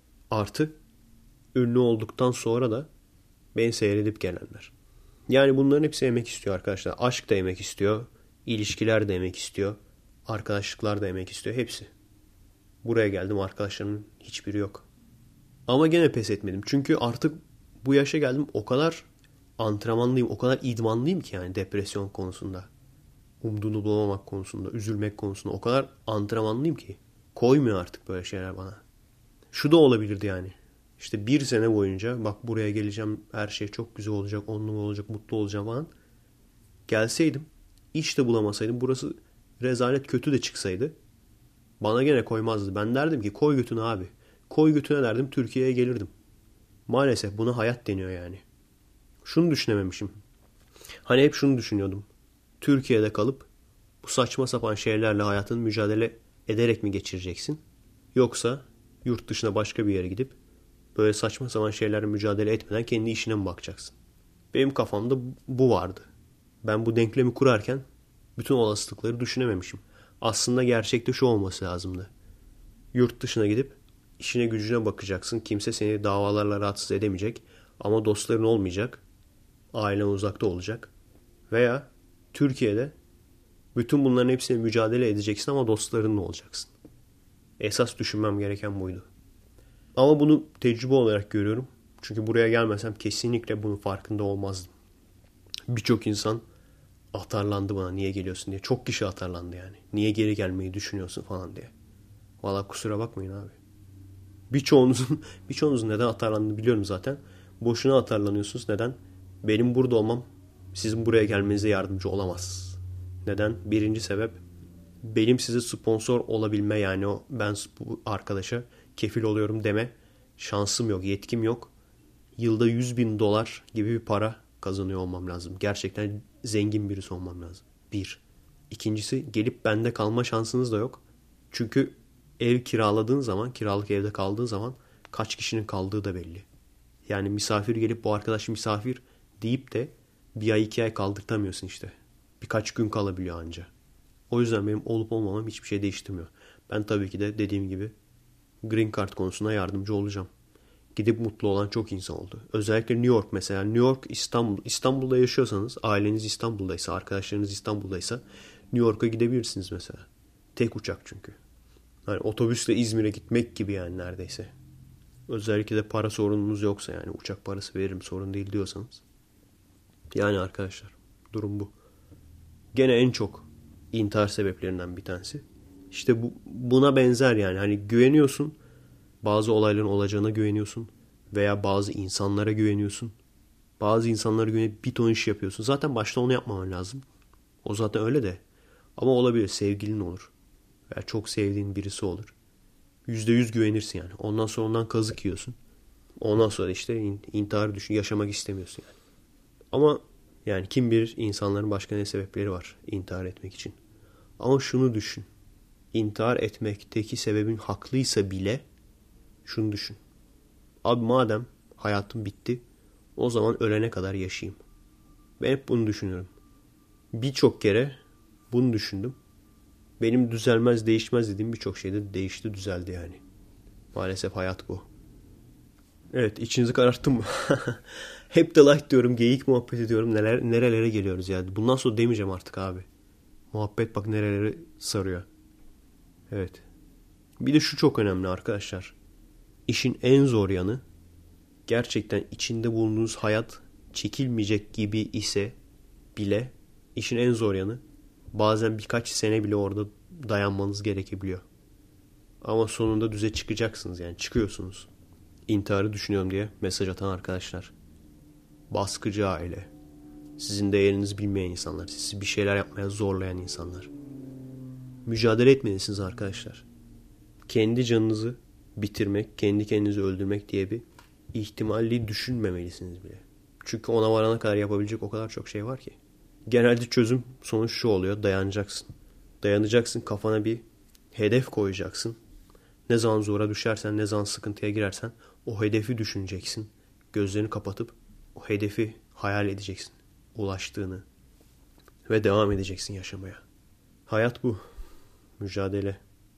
Artı ünlü olduktan sonra da beni seyredip gelenler. Yani bunların hepsi emek istiyor arkadaşlar. Aşk da emek istiyor. İlişkiler de emek istiyor. Arkadaşlıklar da emek istiyor. Hepsi. Buraya geldim, arkadaşlarımın hiçbiri yok. Ama gene pes etmedim. Çünkü artık bu yaşa geldim, o kadar antrenmanlıyım, o kadar idmanlıyım ki yani depresyon konusunda. Umduğunu bulamamak konusunda, üzülmek konusunda o kadar antrenmanlıyım ki. Koymuyor artık böyle şeyler bana. Şu da olabilirdi yani. İşte bir sene boyunca bak buraya geleceğim, her şey çok güzel olacak, on numara olacak, mutlu olacağım falan. Gelseydim, iş de bulamasaydım, burası rezalet kötü de çıksaydı bana gene koymazdı. Ben derdim ki koy götüne abi. Koy götüne derdim, Türkiye'ye gelirdim. Maalesef buna hayat deniyor yani. Şunu düşünememişim. Hani hep şunu düşünüyordum. Türkiye'de kalıp bu saçma sapan şeylerle hayatını mücadele ederek mi geçireceksin? Yoksa yurt dışına başka bir yere gidip böyle saçma sapan şeylerle mücadele etmeden kendi işine mi bakacaksın? Benim kafamda bu vardı. Ben bu denklemi kurarken bütün olasılıkları düşünememişim. Aslında gerçekte şu olması lazımdı. Yurt dışına gidip işine gücüne bakacaksın. Kimse seni davalarla rahatsız edemeyecek. Ama dostların olmayacak. Ailen uzakta olacak. Veya Türkiye'de bütün bunların hepsine mücadele edeceksin ama dostlarınla olacaksın. Esas düşünmem gereken buydu. Ama bunu tecrübe olarak görüyorum. Çünkü buraya gelmesem kesinlikle bunun farkında olmazdım. Birçok insan atarlandı bana niye geliyorsun diye. Çok kişi atarlandı yani. Niye geri gelmeyi düşünüyorsun falan diye. Valla kusura bakmayın abi. Birçoğunuzun, birçoğunuzun neden atarlandığını biliyorum zaten. Boşuna atarlanıyorsunuz. Neden? Benim burada olmam sizin buraya gelmenize yardımcı olamaz. Neden? Birinci sebep benim size sponsor olabilme, yani o ben bu arkadaşa kefil oluyorum deme şansım yok, yetkim yok. Yılda yüz bin dolar gibi bir para kazanıyor olmam lazım. Gerçekten zengin birisi olmam lazım. Bir. İkincisi, gelip bende kalma şansınız da yok. Çünkü ev kiraladığın zaman, kiralık evde kaldığın zaman kaç kişinin kaldığı da belli. Yani misafir gelip bu arkadaş misafir deyip de bir ay iki ay kaldırtamıyorsun işte. Birkaç gün kalabiliyor anca. O yüzden benim olup olmamam hiçbir şey değiştirmiyor. Ben tabii ki de dediğim gibi Green Card konusuna yardımcı olacağım. Gidip mutlu olan çok insan oldu. Özellikle New York mesela. New York, İstanbul. İstanbul'da yaşıyorsanız, aileniz İstanbul'daysa, arkadaşlarınız İstanbul'daysa New York'a gidebilirsiniz mesela. Tek uçak çünkü. Hani otobüsle İzmir'e gitmek gibi yani neredeyse. Özellikle de para sorununuz yoksa yani uçak parası veririm sorun değil diyorsanız. Yani arkadaşlar durum bu. Gene en çok intihar sebeplerinden bir tanesi. İşte bu, buna benzer yani. Hani güveniyorsun. Bazı olayların olacağına güveniyorsun. Veya bazı insanlara güveniyorsun. Bazı insanlara güvenip bir ton iş yapıyorsun. Zaten başta onu yapmaman lazım. O zaten öyle de. Ama olabilir. Sevgilin olur. Veya çok sevdiğin birisi olur. Yüzde yüz güvenirsin yani. Ondan sonra ondan kazık yiyorsun. Ondan sonra işte intihar düşün. Yaşamak istemiyorsun yani. Ama yani kim bilir insanların başka ne sebepleri var intihar etmek için. Ama şunu düşün. İntihar etmekteki sebebin haklıysa bile şunu düşün. Abi madem hayatım bitti o zaman ölene kadar yaşayayım. Ben hep bunu düşünüyorum. Birçok kere bunu düşündüm. Benim düzelmez değişmez dediğim birçok şeyde değişti düzeldi yani. Maalesef hayat bu. Evet içinizi kararttım mı? Hep de like diyorum, geyik muhabbet ediyorum. Neler, nerelere geliyoruz yani. Bundan sonra demeyeceğim artık abi. Muhabbet bak nerelere sarıyor. Evet. Bir de şu çok önemli arkadaşlar. İşin en zor yanı gerçekten içinde bulunduğunuz hayat çekilmeyecek gibi ise bile işin en zor yanı bazen birkaç sene bile orada dayanmanız gerekebiliyor. Ama sonunda düze çıkacaksınız yani çıkıyorsunuz. İntiharı düşünüyorum diye mesaj atan arkadaşlar. Baskıcı aile. Sizin değerinizi bilmeyen insanlar. Sizi bir şeyler yapmaya zorlayan insanlar. Mücadele etmelisiniz arkadaşlar. Kendi canınızı bitirmek, kendi kendinizi öldürmek diye bir ihtimalli düşünmemelisiniz bile. Çünkü ona varana kadar yapabilecek o kadar çok şey var ki. Genelde çözüm sonuç şu oluyor. Dayanacaksın. Dayanacaksın, kafana bir hedef koyacaksın. Ne zaman zora düşersen, ne zaman sıkıntıya girersen o hedefi düşüneceksin. Gözlerini kapatıp o hedefi hayal edeceksin. Ulaştığını. Ve devam edeceksin yaşamaya. Hayat bu. Mücadele.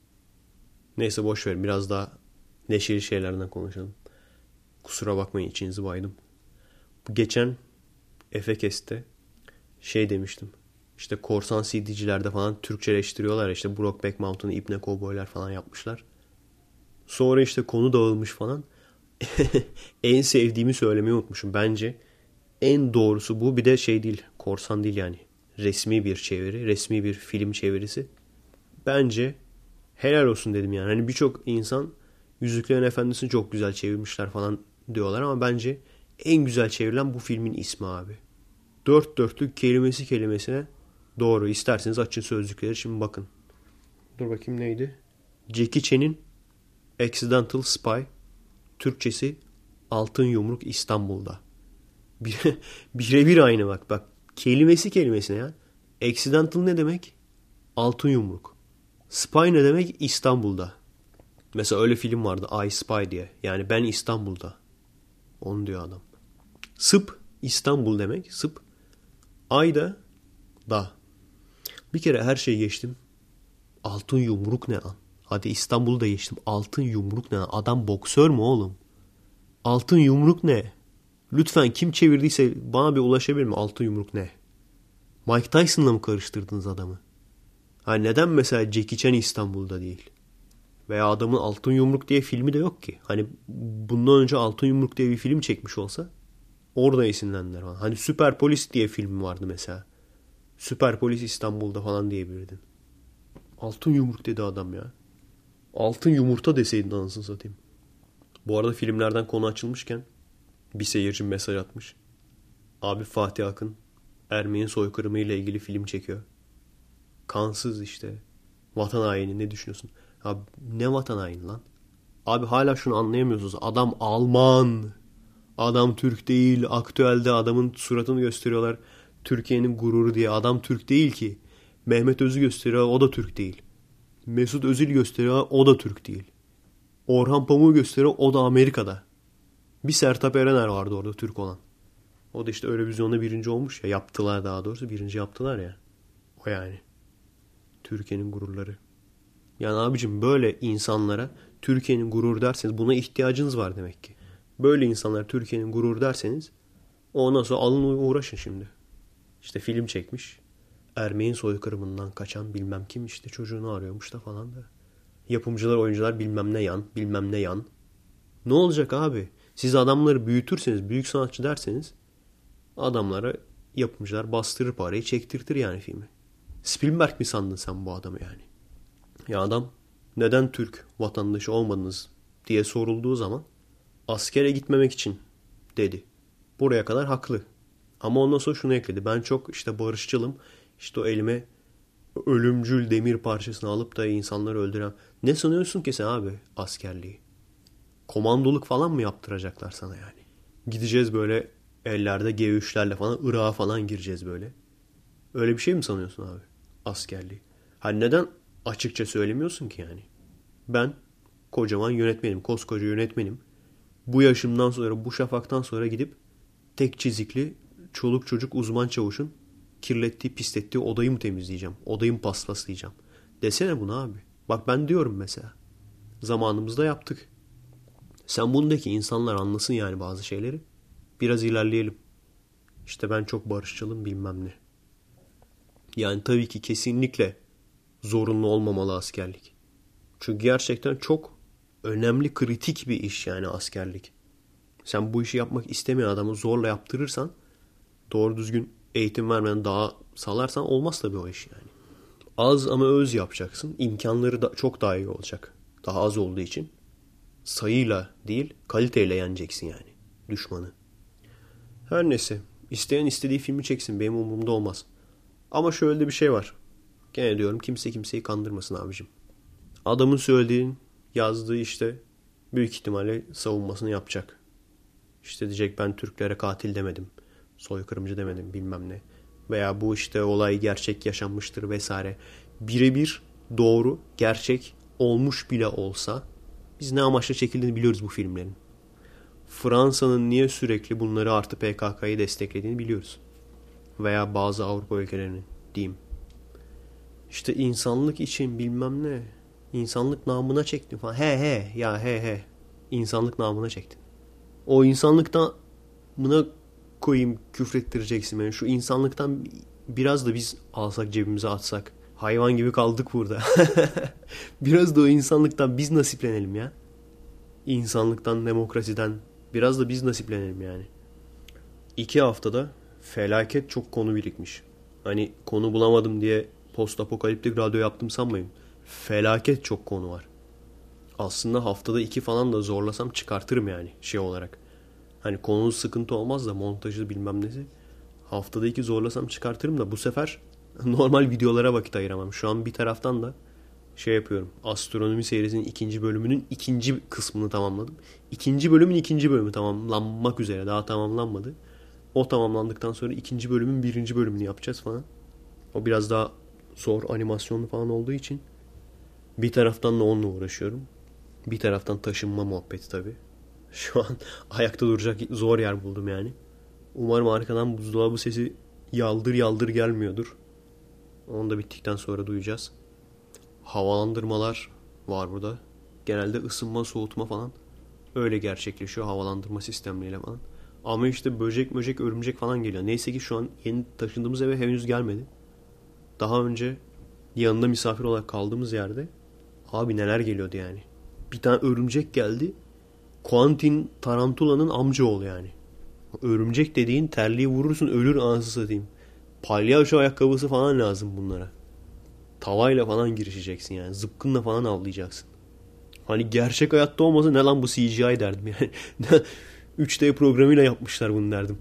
Neyse boş ver. Biraz daha neşeli şeylerden konuşalım. Kusura bakmayın içinizi baydım. Geçen Efekest'te şey demiştim. İşte korsan C D'cilerde falan Türkçeleştiriyorlar. İşte Brokeback Mountain'ı İbne Kovboylar falan yapmışlar. Sonra işte konu dağılmış falan. En sevdiğimi söylemeyi unutmuşum. Bence en doğrusu bu. Bir de şey değil. Korsan değil yani. Resmi bir çeviri. Resmi bir film çevirisi. Bence helal olsun dedim yani. Hani birçok insan Yüzüklerin Efendisi'ni çok güzel çevirmişler falan diyorlar ama bence en güzel çevrilen bu filmin ismi abi. Dört dörtlük kelimesi kelimesine doğru. İsterseniz açın sözlükleri şimdi bakın. Dur bakayım neydi? Jackie Chan'in Accidental Spy. Türkçesi Altın Yumruk İstanbul'da. Birebir aynı bak. Bak kelimesi kelimesine ya. Accidental ne demek? Altın Yumruk. Spy ne demek? İstanbul'da. Mesela öyle film vardı. I Spy diye. Yani ben İstanbul'da. Onu diyor adam. Sıp İstanbul demek. Sıp. Ay da da. Bir kere her şeyi geçtim. Altın Yumruk ne lan? Hadi İstanbul'da geçtim. Altın Yumruk ne lan? Adam boksör mü oğlum? Altın Yumruk ne? Lütfen kim çevirdiyse bana bir ulaşabilir mi? Altın Yumruk ne? Mike Tyson'la mı karıştırdınız adamı? Ha neden mesela Jackie Chan İstanbul'da değil? Veya adamın Altın Yumruk diye filmi de yok ki. Hani bundan önce Altın Yumruk diye bir film çekmiş olsa orada esinlendiler falan. Hani Süper Polis diye film vardı mesela. Süper Polis İstanbul'da falan diyebilirdin. Altın Yumruk dedi adam ya. Altın Yumurta deseydin anasını satayım. Bu arada filmlerden konu açılmışken bir seyirci mesaj atmış. Abi Fatih Akın Ermeni soykırımı ile ilgili film çekiyor. Kansız işte. Vatan haini ne düşünüyorsun? Abi ne vatan haini lan? Abi hala şunu anlayamıyorsunuz. Adam Alman. Adam Türk değil. Aktüelde adamın suratını gösteriyorlar. Türkiye'nin gururu diye. Adam Türk değil ki. Mehmet Öz'ü gösteriyor. O da Türk değil. Mesut Özil gösteriyor. O da Türk değil. Orhan Pamuk'u gösteriyor. O da Amerika'da. Bir Sertab Erener vardı orada Türk olan. O da işte Eurovizyon'da birinci olmuş ya. Yaptılar daha doğrusu. Birinci yaptılar ya. O yani. Türkiye'nin gururları. Yani abicim böyle insanlara Türkiye'nin gururu derseniz buna ihtiyacınız var demek ki. Böyle insanlar Türkiye'nin gururu derseniz ondan sonra alın uğraşın şimdi. İşte film çekmiş. Ermeni soykırımından kaçan bilmem kim işte çocuğunu arıyormuş da falan da. Yapımcılar, oyuncular bilmem ne yan, bilmem ne yan. Ne olacak abi? Siz adamları büyütürseniz, büyük sanatçı derseniz adamlara yapımcılar bastırır parayı, çektirtir yani filmi. Spielberg mi sandın sen bu adamı yani? Ya adam neden Türk vatandaşı olmadınız diye sorulduğu zaman askere gitmemek için dedi. Buraya kadar haklı. Ama ondan sonra şunu ekledi. Ben çok işte barışçılım. İşte o elime ölümcül demir parçasını alıp da insanları öldüren. Ne sanıyorsun ki sen abi askerliği? Komandoluk falan mı yaptıracaklar sana yani? Gideceğiz böyle ellerde G üçlerle falan Irak'a falan gireceğiz böyle. Öyle bir şey mi sanıyorsun abi askerliği? Hani neden açıkça söylemiyorsun ki yani? Ben kocaman yönetmenim, koskoca yönetmenim. Bu yaşımdan sonra, bu şafaktan sonra gidip tek çizikli çoluk çocuk uzman çavuşun kirlettiği, pislettiği odayı mı temizleyeceğim? Odayı mı paspaslayacağım? Desene bunu abi. Bak ben diyorum mesela. Zamanımızda yaptık. Sen bundaki insanlar anlasın yani bazı şeyleri. Biraz ilerleyelim. İşte ben çok barışçılım bilmem ne. Yani tabii ki kesinlikle zorunlu olmamalı askerlik. Çünkü gerçekten çok önemli, kritik bir iş yani askerlik. Sen bu işi yapmak istemeyen adamı zorla yaptırırsan, doğru düzgün eğitim vermeden daha salarsan olmaz tabii o iş yani. Az ama öz yapacaksın. İmkanları da çok daha iyi olacak. Daha az olduğu için. Sayıyla değil, kaliteyle yeneceksin yani düşmanı. Her neyse. İsteyen istediği filmi çeksin. Benim umurumda olmaz. Ama şöyle de bir şey var. Gene diyorum kimse kimseyi kandırmasın abicim. Adamın söylediğin, yazdığı işte büyük ihtimalle savunmasını yapacak. İşte diyecek ben Türklere katil demedim. Soykırımcı demedim bilmem ne. Veya bu işte olay gerçek yaşanmıştır vesaire. Birebir doğru, gerçek olmuş bile olsa biz ne amaçla çekildiğini biliyoruz bu filmlerin. Fransa'nın niye sürekli bunları artı P K K'yı desteklediğini biliyoruz. Veya bazı Avrupa ülkelerinin diyeyim. İşte insanlık için bilmem ne. İnsanlık namına çektin falan. He he ya he he. İnsanlık namına çektin. O insanlıktan buna koyayım küfrettireceksin beni. Şu insanlıktan biraz da biz alsak cebimize atsak. Hayvan gibi kaldık burada. Biraz da o insanlıktan biz nasiplenelim ya. İnsanlıktan, demokrasiden biraz da biz nasiplenelim yani. İki haftada felaket çok konu birikmiş. Hani konu bulamadım diye post apokaliptik radyo yaptım sanmayın. Felaket çok konu var. Aslında haftada iki falan da zorlasam çıkartırım yani şey olarak. Hani konunun sıkıntı olmaz da montajı bilmem nesi. Haftada iki zorlasam çıkartırım da bu sefer normal videolara vakit ayıramam. Şu an bir taraftan da şey yapıyorum. Astronomi serisinin ikinci bölümünün ikinci kısmını tamamladım. İkinci bölümün ikinci bölümü tamamlanmak üzere. Daha tamamlanmadı. O tamamlandıktan sonra ikinci bölümün birinci bölümünü yapacağız falan. O biraz daha zor animasyonlu falan olduğu için bir taraftan da onunla uğraşıyorum. Bir taraftan taşınma muhabbeti tabii. Şu an ayakta duracak zor yer buldum yani. Umarım arkadan buzdolabı sesi yaldır yaldır gelmiyordur. Onu da bittikten sonra duyacağız. Havalandırmalar var burada. Genelde ısınma, soğutma falan öyle gerçekleşiyor havalandırma sistemleriyle falan. Ama işte böcek möcek örümcek falan geliyor. Neyse ki şu an yeni taşındığımız eve henüz gelmedi. Daha önce yanında misafir olarak kaldığımız yerde abi neler geliyordu yani. Bir tane örümcek geldi. Quentin Tarantula'nın amcaoğlu yani. Örümcek dediğin terliği vurursun ölür anasını satayım. Palyaço ayakkabısı falan lazım bunlara. Tavayla falan girişeceksin yani. Zıpkınla falan avlayacaksın. Hani gerçek hayatta olmasa ne lan bu C G I derdim yani. üç D programıyla yapmışlar bunu derdim.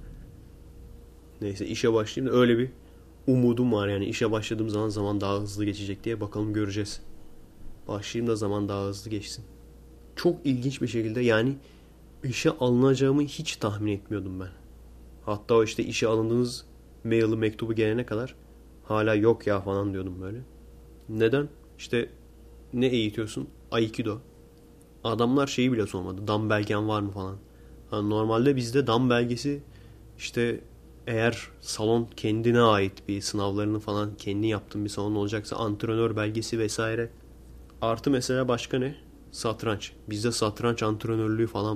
Neyse işe başlayayım da öyle bir umudum var yani. İşe başladığım zaman zaman daha hızlı geçecek diye bakalım göreceğiz. Başlayayım da zaman daha hızlı geçsin. Çok ilginç bir şekilde yani işe alınacağımı hiç tahmin etmiyordum ben. Hatta o işte işe alındığınız maili mektubu gelene kadar hala yok ya falan diyordum böyle. Neden? İşte ne eğitiyorsun? Aikido. Adamlar şeyi bile sormadı. Dam belgen var mı falan. Yani normalde bizde dam belgesi işte eğer salon kendine ait bir sınavlarını falan kendi yaptığın bir salon olacaksa antrenör belgesi vesaire. Artı mesela başka ne? Satranç. Bizde satranç antrenörlüğü falan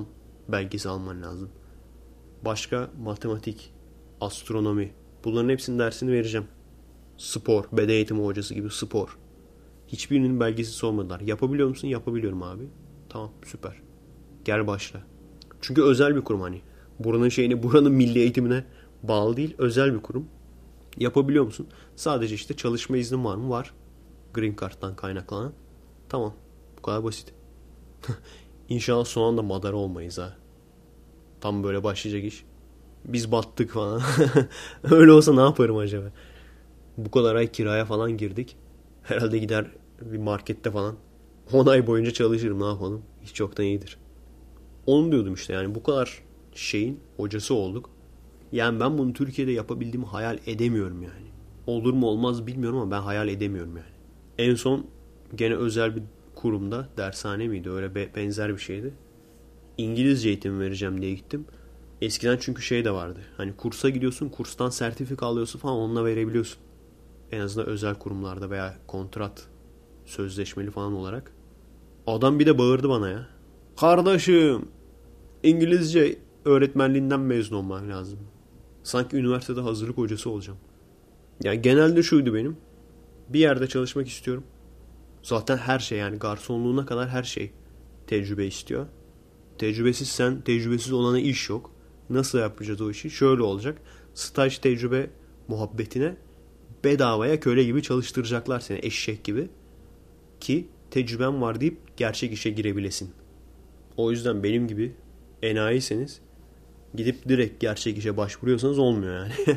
belgesi alman lazım. Başka matematik, astronomi. Bunların hepsinin dersini vereceğim. Spor, beden eğitimi hocası gibi spor. Hiçbirinin belgesi sormadılar. Yapabiliyor musun? Yapabiliyorum abi. Tamam, süper. Gel başla. Çünkü özel bir kurum hani. Buranın şeyini, buranın milli eğitimine bağlı değil. Özel bir kurum. Yapabiliyor musun? Sadece işte çalışma iznin var mı? Var. Green Card'dan kaynaklanan. Tamam. Bu kadar basit. İnşallah son anda madara olmayız ha. Tam böyle başlayacak iş. Biz battık falan. Öyle olsa ne yaparım acaba? Bu kadar ay kiraya falan girdik. Herhalde gider bir markette falan on ay boyunca çalışırım, ne yapalım. Hiç çoktan iyidir. Onu diyordum işte, yani bu kadar şeyin hocası olduk. Yani ben bunu Türkiye'de yapabildiğimi hayal edemiyorum yani. Olur mu olmaz bilmiyorum ama ben hayal edemiyorum yani. En son gene özel bir kurumda, dershane miydi, öyle be, benzer bir şeydi. İngilizce eğitim vereceğim diye gittim. Eskiden çünkü şey de vardı. Hani kursa gidiyorsun, kurstan sertifika alıyorsun falan, onunla verebiliyorsun. En azından özel kurumlarda veya kontrat sözleşmeli falan olarak. Adam bir de bağırdı bana ya. Kardeşim, İngilizce öğretmenliğinden mezun olmam lazım. Sanki üniversitede hazırlık hocası olacağım. Yani genelde şuydu benim. Bir yerde çalışmak istiyorum. Zaten her şey, yani garsonluğuna kadar her şey tecrübe istiyor. Tecrübesiz sen, tecrübesiz olana iş yok. Nasıl yapacağız o işi? Şöyle olacak. Staj tecrübe muhabbetine bedavaya köle gibi çalıştıracaklar seni, eşek gibi. Ki tecrüben var deyip gerçek işe girebilesin. O yüzden benim gibi enayiyseniz gidip direkt gerçek işe başvuruyorsanız olmuyor yani.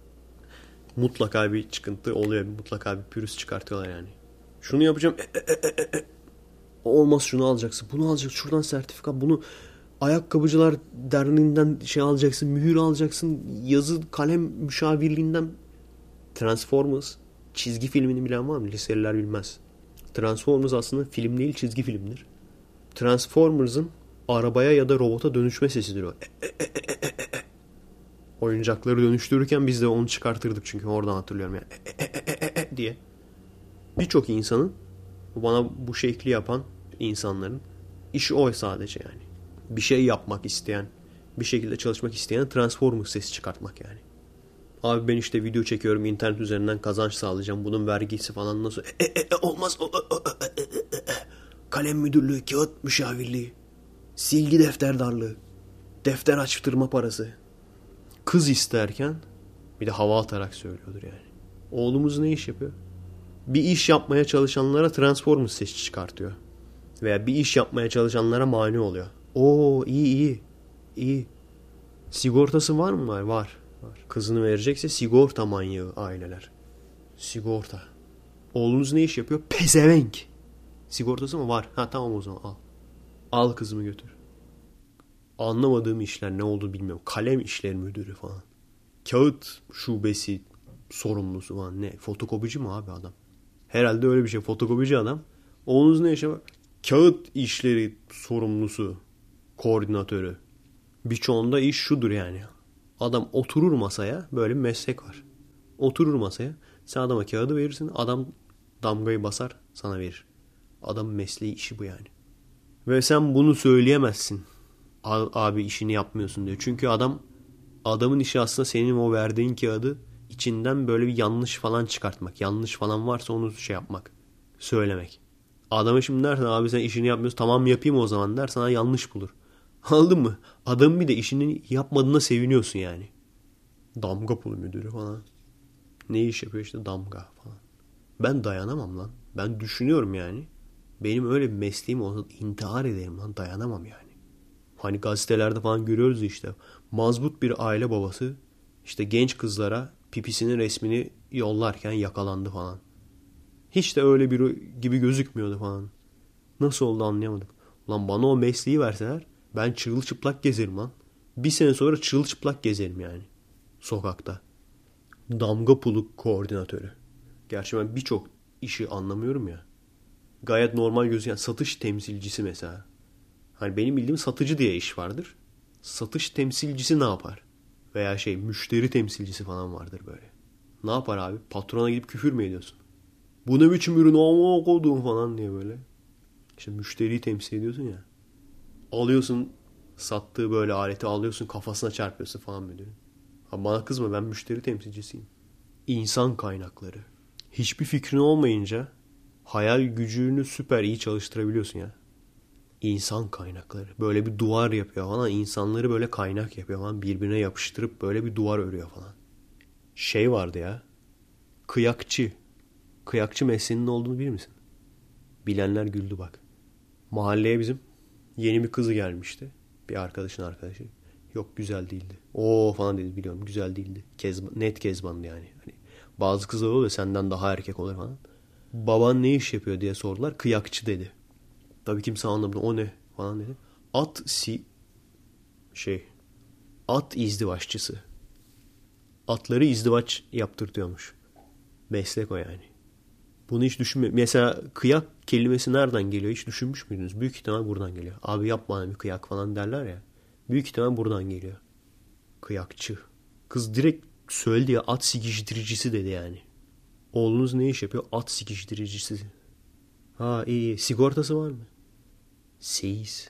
Mutlaka bir çıkıntı oluyor. Mutlaka bir pürüz çıkartıyorlar yani. Şunu yapacağım. E, e, e, e. Olmaz, şunu alacaksın. Bunu alacaksın. Şuradan sertifika. Bunu Ayakkabıcılar Derneği'nden şey alacaksın. Mühür alacaksın. Yazı kalem müşavirliğinden. Transformers çizgi filmini bilen var mı? Liseliler bilmez. Transformers aslında film değil, çizgi filmdir. Transformers'ın arabaya ya da robota dönüşme sesidir o. E, e, e, e, e, e. Oyuncakları dönüştürürken biz de onu çıkartırdık çünkü oradan hatırlıyorum yani. E, e, e, e, e diye. Birçok insanın, bana bu şekli yapan insanların işi o sadece yani. Bir şey yapmak isteyen, bir şekilde çalışmak isteyen Transformers sesi çıkartmak yani. Abi ben işte video çekiyorum, internet üzerinden kazanç sağlayacağım. Bunun vergisi falan nasıl? E, e, e, olmaz. O, o, o, e, e, e. Kalem müdürlüğü, kağıt müşavirliği, silgi defterdarlığı, defter açtırma parası. Kız isterken bir de hava atarak söylüyordur yani. Oğlumuz ne iş yapıyor? Bir iş yapmaya çalışanlara Transformers sesi çıkartıyor. Veya bir iş yapmaya çalışanlara mani oluyor. Oo, iyi iyi. İyi. Sigortası var mı? Var. Var. Var. Kızını verecekse sigorta manyağı aileler. Sigorta. Oğlunuz ne iş yapıyor? Pezevenk. Sigortası mı? Var. Ha tamam, o zaman al. Al kızımı götür. Anlamadığım işler ne olduğunu bilmiyorum. Kalem işleri müdürü falan. Kağıt şubesi sorumlusu falan. Ne? Fotokopici mi abi adam? Herhalde öyle bir şey. Fotokopici adam. Oğlunuz ne iş yapıyor? Kağıt işleri sorumlusu. Koordinatörü. Birçoğunda iş şudur yani. Adam oturur masaya. Böyle bir meslek var. Oturur masaya. Sen adama kağıdı verirsin. Adam damgayı basar, sana verir. Adamın mesleği, işi bu yani. Ve sen bunu söyleyemezsin. Abi işini yapmıyorsun diyor. Çünkü adam adamın işi aslında senin o verdiğin kağıdı içinden böyle bir yanlış falan çıkartmak. Yanlış falan varsa onu şey yapmak. Söylemek. Adama şimdi dersen abi sen işini yapmıyorsun. Tamam yapayım o zaman der. Sana yanlış bulur. Anladın mı? Adamın bir de işini yapmadığına seviniyorsun yani. Damga pulu müdürü falan. Ne iş yapıyor işte, damga falan. Ben dayanamam lan. Ben düşünüyorum yani. Benim öyle bir mesleğim olsa intihar ederim lan. Dayanamam yani. Hani gazetelerde falan görüyoruz işte. Mazbut bir aile babası işte genç kızlara pipisinin resmini yollarken yakalandı falan. Hiç de öyle biri gibi gözükmüyordu falan. Nasıl oldu anlayamadım. Lan bana o mesleği verseler ben çırılçıplak gezerim lan. Bir sene sonra çırılçıplak gezerim yani. Sokakta. Damga pulu koordinatörü. Gerçi ben birçok işi anlamıyorum ya. Gayet normal gözüken satış temsilcisi mesela. Hani benim bildiğim satıcı diye iş vardır. Satış temsilcisi ne yapar? Veya şey müşteri temsilcisi falan vardır böyle. Ne yapar abi? Patrona gidip küfür mü ediyorsun? Bu ne biçim ürün ama koduğum falan diye böyle. İşte müşteriyi temsil ediyorsun ya. Alıyorsun Sattığı böyle aleti alıyorsun, kafasına çarpıyorsun falan müdürün. Ha bana kızma, ben müşteri temsilcisiyim. İnsan kaynakları. Hiçbir fikrin olmayınca hayal gücünü süper iyi çalıştırabiliyorsun ya. İnsan kaynakları. Böyle bir duvar yapıyor falan. İnsanları böyle kaynak yapıyor falan. Birbirine yapıştırıp böyle bir duvar örüyor falan. Şey vardı ya. Kıyakçı. Kıyakçı mesleğinin ne olduğunu bilir misin? Bilenler güldü bak. Mahalleye bizim yeni bir kızı gelmişti. Bir arkadaşın arkadaşı. Yok güzel değildi. Oo falan dedi, biliyorum güzel değildi. Kezban, net kezbandı yani. Hani bazı kızlar oluyor senden daha erkek olur falan. Baban ne iş yapıyor diye sordular. Kıyakçı dedi. Tabii kimse anlamadı. O ne falan dedi. At si şey at izdivaççısı. Atları izdivaç yaptırtıyormuş. Meslek o yani. Bunu hiç düşünme. Mesela kıyak kelimesi nereden geliyor hiç düşünmüş müydünüz? Büyük ihtimal buradan geliyor. Abi yapma hani bir kıyak falan derler ya. Büyük ihtimal buradan geliyor. Kıyakçı. Kız direkt söyledi ya, at sikiştiricisi dedi yani. Oğlunuz ne iş yapıyor? At sikiştiricisi. Ha iyi, iyi. Sigortası var mı? Seyis.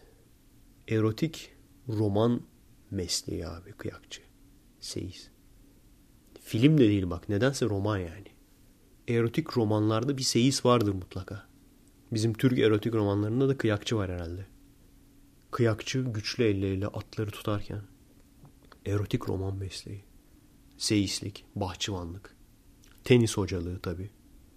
Erotik roman mesleği abi kıyakçı. Seyis. Film de değil bak. Nedense roman yani. Erotik romanlarda bir seyis vardır mutlaka. Bizim Türk erotik romanlarında da kıyakçı var herhalde. Kıyakçı güçlü elleriyle atları tutarken. Erotik roman mesleği. Seyislik, bahçıvanlık. Tenis hocalığı tabii.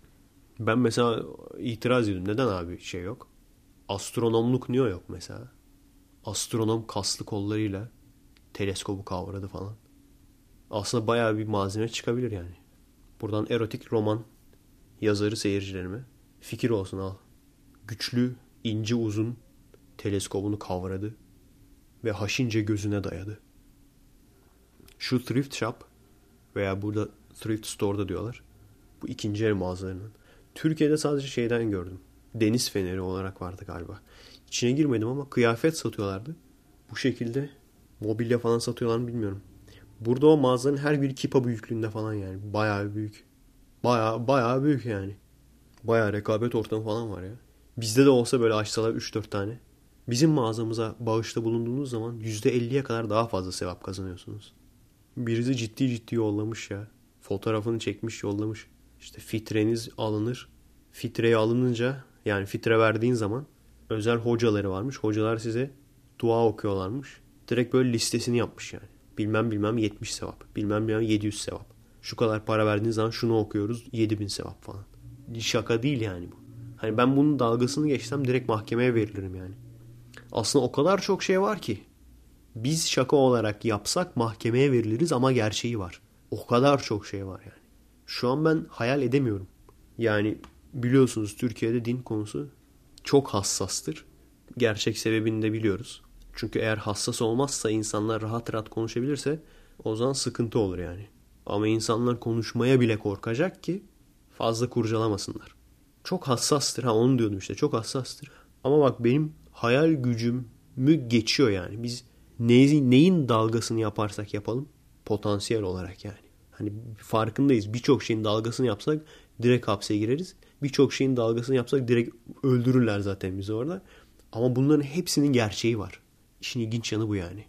Ben mesela itiraz ediyorum. Neden abi şey yok? Astronomluk niye yok mesela? Astronom kaslı kollarıyla teleskobu kavradı falan. Aslında bayağı bir malzeme çıkabilir yani. Buradan erotik roman yazarı seyircilerime fikir olsun al. Güçlü, ince uzun teleskobunu kavradı ve haşince gözüne dayadı. Şu thrift shop veya burada thrift store'da diyorlar. Bu ikinci el mağazalarının. Türkiye'de sadece şeyden gördüm. Deniz feneri olarak vardı galiba. İçine girmedim ama kıyafet satıyorlardı. Bu şekilde mobilya falan satıyorlar mı bilmiyorum. Burada o mağazanın her biri kipa büyüklüğünde falan yani. Bayağı büyük. Bayağı bayağı büyük yani. Bayağı rekabet ortamı falan var ya. Bizde de olsa böyle açsalar üç dört tane. Bizim mağazamıza bağışta bulunduğunuz zaman yüzde elliye kadar daha fazla sevap kazanıyorsunuz. Birisi ciddi ciddi yollamış ya. Fotoğrafını çekmiş yollamış. İşte fitreniz alınır. Fitreye alınınca yani fitre verdiğin zaman özel hocaları varmış. Hocalar size dua okuyorlarmış. Direkt böyle listesini yapmış yani. Bilmem bilmem yetmiş sevap. Bilmem bilmem yedi yüz sevap. Şu kadar para verdiğiniz zaman şunu okuyoruz yedi bin sevap falan. Şaka değil yani bu. Hani ben bunun dalgasını geçsem direkt mahkemeye verilirim yani. Aslında o kadar çok şey var ki. Biz şaka olarak yapsak mahkemeye veriliriz ama gerçeği var. O kadar çok şey var yani. Şu an ben hayal edemiyorum. Yani biliyorsunuz Türkiye'de din konusu çok hassastır. Gerçek sebebini de biliyoruz. Çünkü eğer hassas olmazsa insanlar rahat rahat konuşabilirse o zaman sıkıntı olur yani. Ama insanlar konuşmaya bile korkacak ki fazla kurcalamasınlar. Çok hassastır. Ha onu diyordum işte. Çok hassastır. Ama bak benim hayal gücümü geçiyor yani. Biz neyin, neyin dalgasını yaparsak yapalım potansiyel olarak yani. Hani farkındayız. Birçok şeyin dalgasını yapsak direkt hapse gireriz. Birçok şeyin dalgasını yapsak direkt öldürürler zaten bizi orada. Ama bunların hepsinin gerçeği var. İşin ilginç yanı bu yani.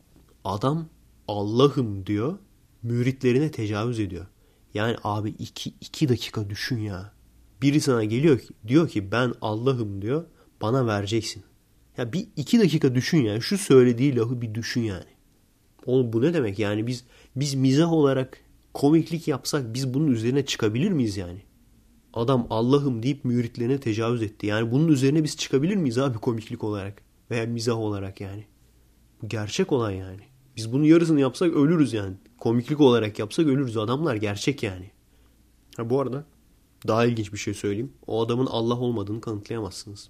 Adam Allah'ım diyor, müritlerine tecavüz ediyor. Yani abi iki, iki dakika düşün ya. Biri sana geliyor diyor ki ben Allah'ım diyor, bana vereceksin. Ya bir iki dakika düşün yani. Şu söylediği lafı bir düşün yani. Oğlum bu ne demek yani biz biz mizah olarak komiklik yapsak biz bunun üzerine çıkabilir miyiz yani? Adam Allah'ım deyip müritlerine tecavüz etti. Yani bunun üzerine biz çıkabilir miyiz abi komiklik olarak? Veya mizah olarak yani. Bu gerçek olan yani. Biz bunun yarısını yapsak ölürüz yani. Komiklik olarak yapsak ölürüz. Adamlar gerçek yani. Ha bu arada daha ilginç bir şey söyleyeyim. O adamın Allah olmadığını kanıtlayamazsınız.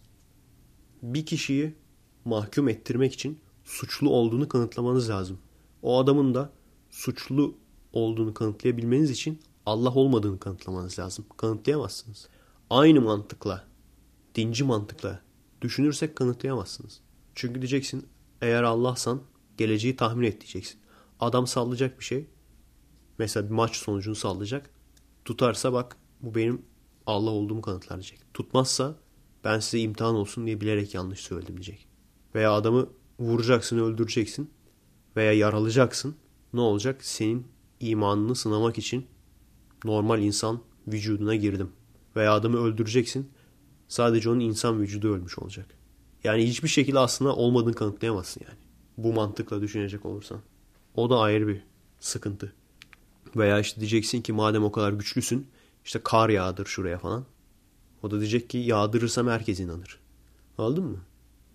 Bir kişiyi mahkum ettirmek için suçlu olduğunu kanıtlamanız lazım. O adamın da suçlu olduğunu kanıtlayabilmeniz için Allah olmadığını kanıtlamanız lazım. Kanıtlayamazsınız. Aynı mantıkla, dinci mantıkla düşünürsek kanıtlayamazsınız. Çünkü diyeceksin eğer Allah'san geleceği tahmin et diyeceksin. Adam sallayacak bir şey. Mesela bir maç sonucunu sallayacak. Tutarsa bak bu benim Allah olduğumu kanıtlar diyecek. Tutmazsa ben size imtihan olsun diye bilerek yanlış söyledim diyecek. Veya adamı vuracaksın, öldüreceksin veya yaralayacaksın. Ne olacak? Senin imanını sınamak için normal insan vücuduna girdim. Veya adamı öldüreceksin. Sadece onun insan vücudu ölmüş olacak. Yani hiçbir şekilde aslında olmadığını kanıtlayamazsın yani. Bu mantıkla düşünecek olursan. O da ayrı bir sıkıntı. Veya işte diyeceksin ki madem o kadar güçlüsün işte kar yağdır şuraya falan. O da diyecek ki yağdırırsam herkes inanır. Anladın mı?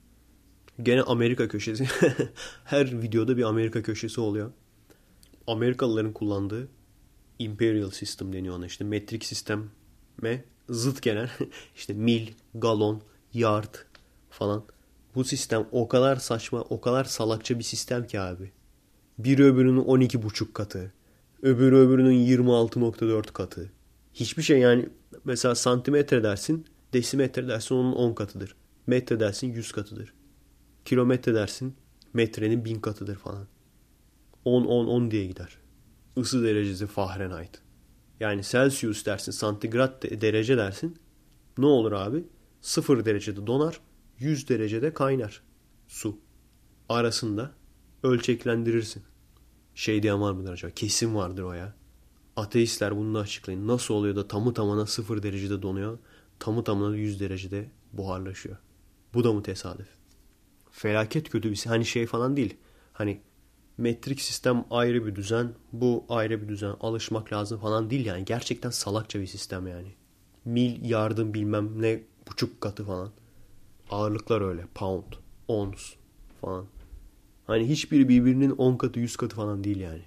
Gene Amerika köşesi. Her videoda bir Amerika köşesi oluyor. Amerikalıların kullandığı imperial system deniyor ona. İşte metrik sisteme zıt gelen işte mil, galon, yard falan. Bu sistem o kadar saçma, o kadar salakça bir sistem ki abi. Biri öbürünün on iki buçuk katı. Öbürü öbürünün yirmi altı nokta dört katı. Hiçbir şey yani mesela santimetre dersin, desimetre dersin onun on katıdır. Metre dersin yüz katıdır. Kilometre dersin metrenin bin katıdır falan. on on on diye gider. Isı derecesi Fahrenheit. Yani Celsius dersin, santigrat derece dersin. Ne olur abi? sıfır derecede donar, yüz derecede kaynar su. Arasında ölçeklendirirsin. Şey diyen var mıdır acaba? Kesin vardır o ya. Ateistler bunu da açıklayın. Nasıl oluyor da tamı tamına sıfır derecede donuyor, tamı tamına yüz derecede buharlaşıyor. Bu da mı tesadüf? Felaket kötü bir şey. Hani şey falan değil. Hani metrik sistem ayrı bir düzen, bu ayrı bir düzen, alışmak lazım falan değil yani. Gerçekten salakça bir sistem yani. Mil, yardım bilmem ne buçuk katı falan. Ağırlıklar öyle. Pound, ons falan. Hani hiçbiri birbirinin on katı, yüz katı falan değil yani.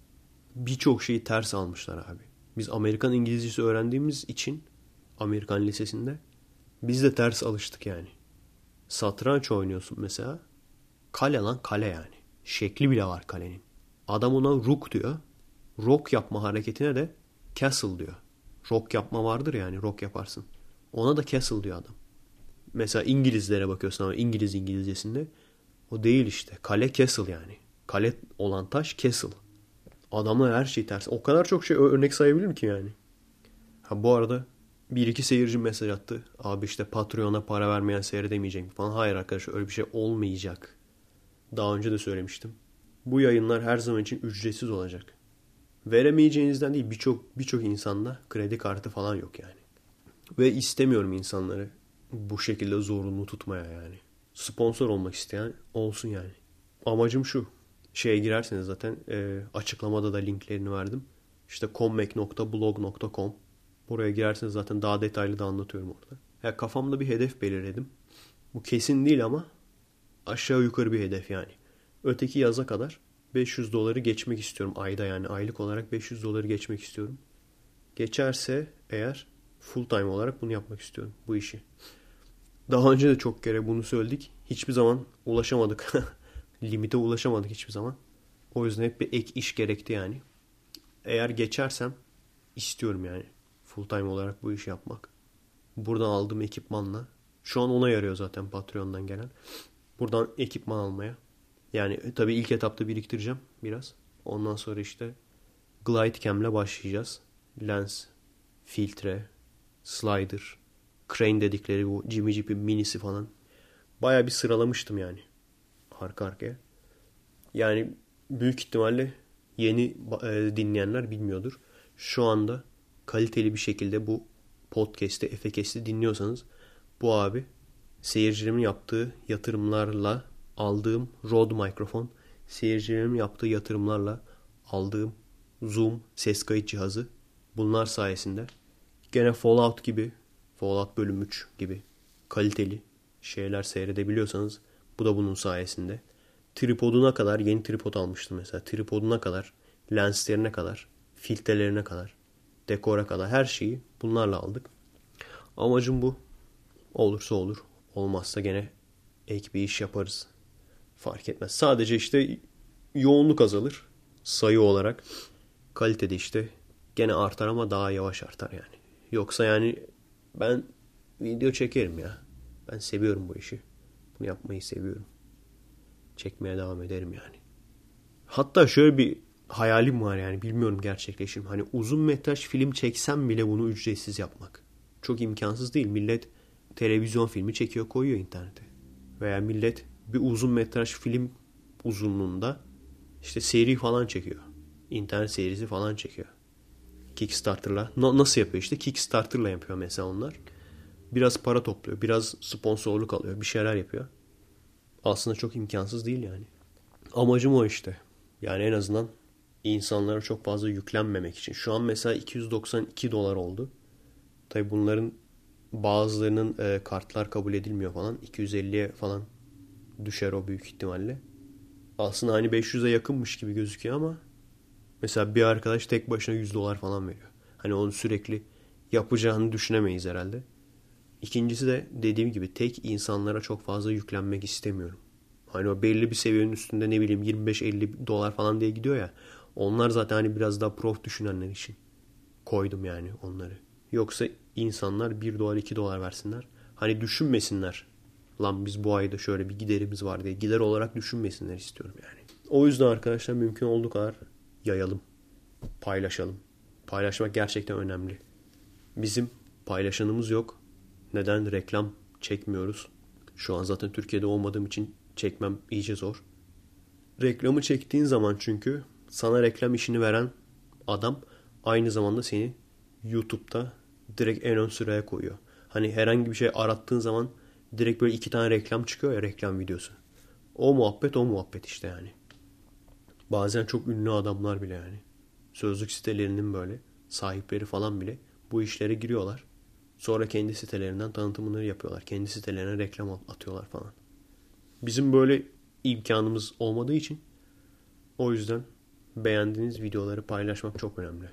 Birçok şeyi ters almışlar abi. Biz Amerikan İngilizcesi öğrendiğimiz için Amerikan lisesinde biz de ters alıştık yani. Satranç oynuyorsun mesela. Kale lan kale yani. Şekli bile var kalenin. Adam ona rook diyor. Rock yapma hareketine de castle diyor. Rock yapma vardır yani rock yaparsın. Ona da castle diyor adam. Mesela İngilizlere bakıyorsun ama İngiliz İngilizcesinde o değil işte. Kale castle yani. Kale olan taş castle. Adamlar her şey ters. O kadar çok şey örnek sayabilirim ki yani. Ha bu arada bir iki seyirci mesaj attı. Abi işte Patreon'a para vermeyen seyredemeyecek falan. Hayır arkadaşlar öyle bir şey olmayacak. Daha önce de söylemiştim. Bu yayınlar her zaman için ücretsiz olacak. Veremeyeceğinizden değil birçok birçok insanda kredi kartı falan yok yani. Ve istemiyorum insanları bu şekilde zorunlu tutmaya yani. Sponsor olmak isteyen olsun yani. Amacım şu. Şeye girerseniz zaten e, açıklamada da linklerini verdim. İşte kommek nokta blog nokta com. Buraya girerseniz zaten daha detaylı da anlatıyorum orada. Ya kafamda bir hedef belirledim. Bu kesin değil ama aşağı yukarı bir hedef yani. Öteki yaza kadar beş yüz doları geçmek istiyorum ayda yani. Aylık olarak beş yüz doları geçmek istiyorum. Geçerse eğer full time olarak bunu yapmak istiyorum. Bu işi. Daha önce de çok kere bunu söyledik. Hiçbir zaman ulaşamadık. Limite ulaşamadık hiçbir zaman. O yüzden hep bir ek iş gerekti yani. Eğer geçersem istiyorum yani. Full time olarak bu işi yapmak. Buradan aldığım ekipmanla. Şu an ona yarıyor zaten Patreon'dan gelen. Buradan ekipman almaya. Yani tabii ilk etapta biriktireceğim biraz. Ondan sonra işte GlideCam'le başlayacağız. Lens, filtre, slider, crane dedikleri bu Jimmy Jeep'in minisi falan. Bayağı bir sıralamıştım yani. Arka arkaya. Yani büyük ihtimalle yeni e, dinleyenler bilmiyordur. Şu anda kaliteli bir şekilde bu podcast'i, Efekest'i dinliyorsanız bu abi seyircilerimin yaptığı yatırımlarla aldığım Rode mikrofon, seyircilerimin yaptığı yatırımlarla aldığım Zoom ses kayıt cihazı bunlar sayesinde gene Fallout gibi, Fallout bölüm üç gibi kaliteli şeyler seyredebiliyorsanız bu da bunun sayesinde. Tripoduna kadar yeni tripod almıştım mesela. Tripoduna kadar, lenslerine kadar, filtrelerine kadar, dekora kadar her şeyi bunlarla aldık. Amacım bu. Olursa olur. Olmazsa gene ek bir iş yaparız. Fark etmez. Sadece işte yoğunluk azalır. Sayı olarak. Kalitede işte gene artar ama daha yavaş artar yani. Yoksa yani ben video çekerim ya. Ben seviyorum bu işi. Bunu yapmayı seviyorum. Çekmeye devam ederim yani. Hatta şöyle bir hayalim var yani. Bilmiyorum gerçekleşir mi. Hani uzun metraj film çeksem bile bunu ücretsiz yapmak. Çok imkansız değil. Millet televizyon filmi çekiyor koyuyor internete. Veya millet bir uzun metraj film uzunluğunda işte seri falan çekiyor. İnternet serisi falan çekiyor. Kickstarter'la. No, nasıl yapıyor işte? Kickstarter'la yapıyor mesela onlar. Biraz para topluyor. Biraz sponsorluk alıyor. Bir şeyler yapıyor. Aslında çok imkansız değil yani. Amacım o işte. Yani en azından insanlara çok fazla yüklenmemek için. Şu an mesela iki yüz doksan iki dolar oldu. Tabii bunların bazılarının e, kartlar kabul edilmiyor falan. iki yüz elliye falan düşer o büyük ihtimalle. Aslında hani beş yüze yakınmış gibi gözüküyor ama mesela bir arkadaş tek başına yüz dolar falan veriyor. Hani onu sürekli yapacağını düşünemeyiz herhalde. İkincisi de dediğim gibi tek insanlara çok fazla yüklenmek istemiyorum. Hani o belli bir seviyenin üstünde ne bileyim yirmi beş elli dolar falan diye gidiyor ya. Onlar zaten hani biraz daha prof düşünenler için koydum yani onları. Yoksa insanlar bir dolar iki dolar versinler. Hani düşünmesinler. Lan biz bu ayda şöyle bir giderimiz var diye. Gider olarak düşünmesinler istiyorum yani. O yüzden arkadaşlar mümkün olduğu kadar yayalım. Paylaşalım. Paylaşmak gerçekten önemli. Bizim paylaşanımız yok. Neden reklam çekmiyoruz? Şu an zaten Türkiye'de olmadığım için çekmem iyice zor. Reklamı çektiğin zaman çünkü sana reklam işini veren adam aynı zamanda seni YouTube'da direkt en ön sıraya koyuyor. Hani herhangi bir şey arattığın zaman direkt böyle iki tane reklam çıkıyor ya, reklam videosu. O muhabbet o muhabbet işte yani. Bazen çok ünlü adamlar bile yani. Sözlük sitelerinin böyle sahipleri falan bile bu işlere giriyorlar. Sonra kendi sitelerinden tanıtımını yapıyorlar. Kendi sitelerine reklam atıyorlar falan. Bizim böyle imkanımız olmadığı için o yüzden beğendiğiniz videoları paylaşmak çok önemli.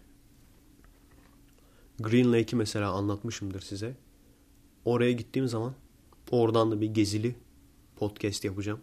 Green Lake'i mesela anlatmışımdır size. Oraya gittiğim zaman oradan da bir gezili podcast yapacağım.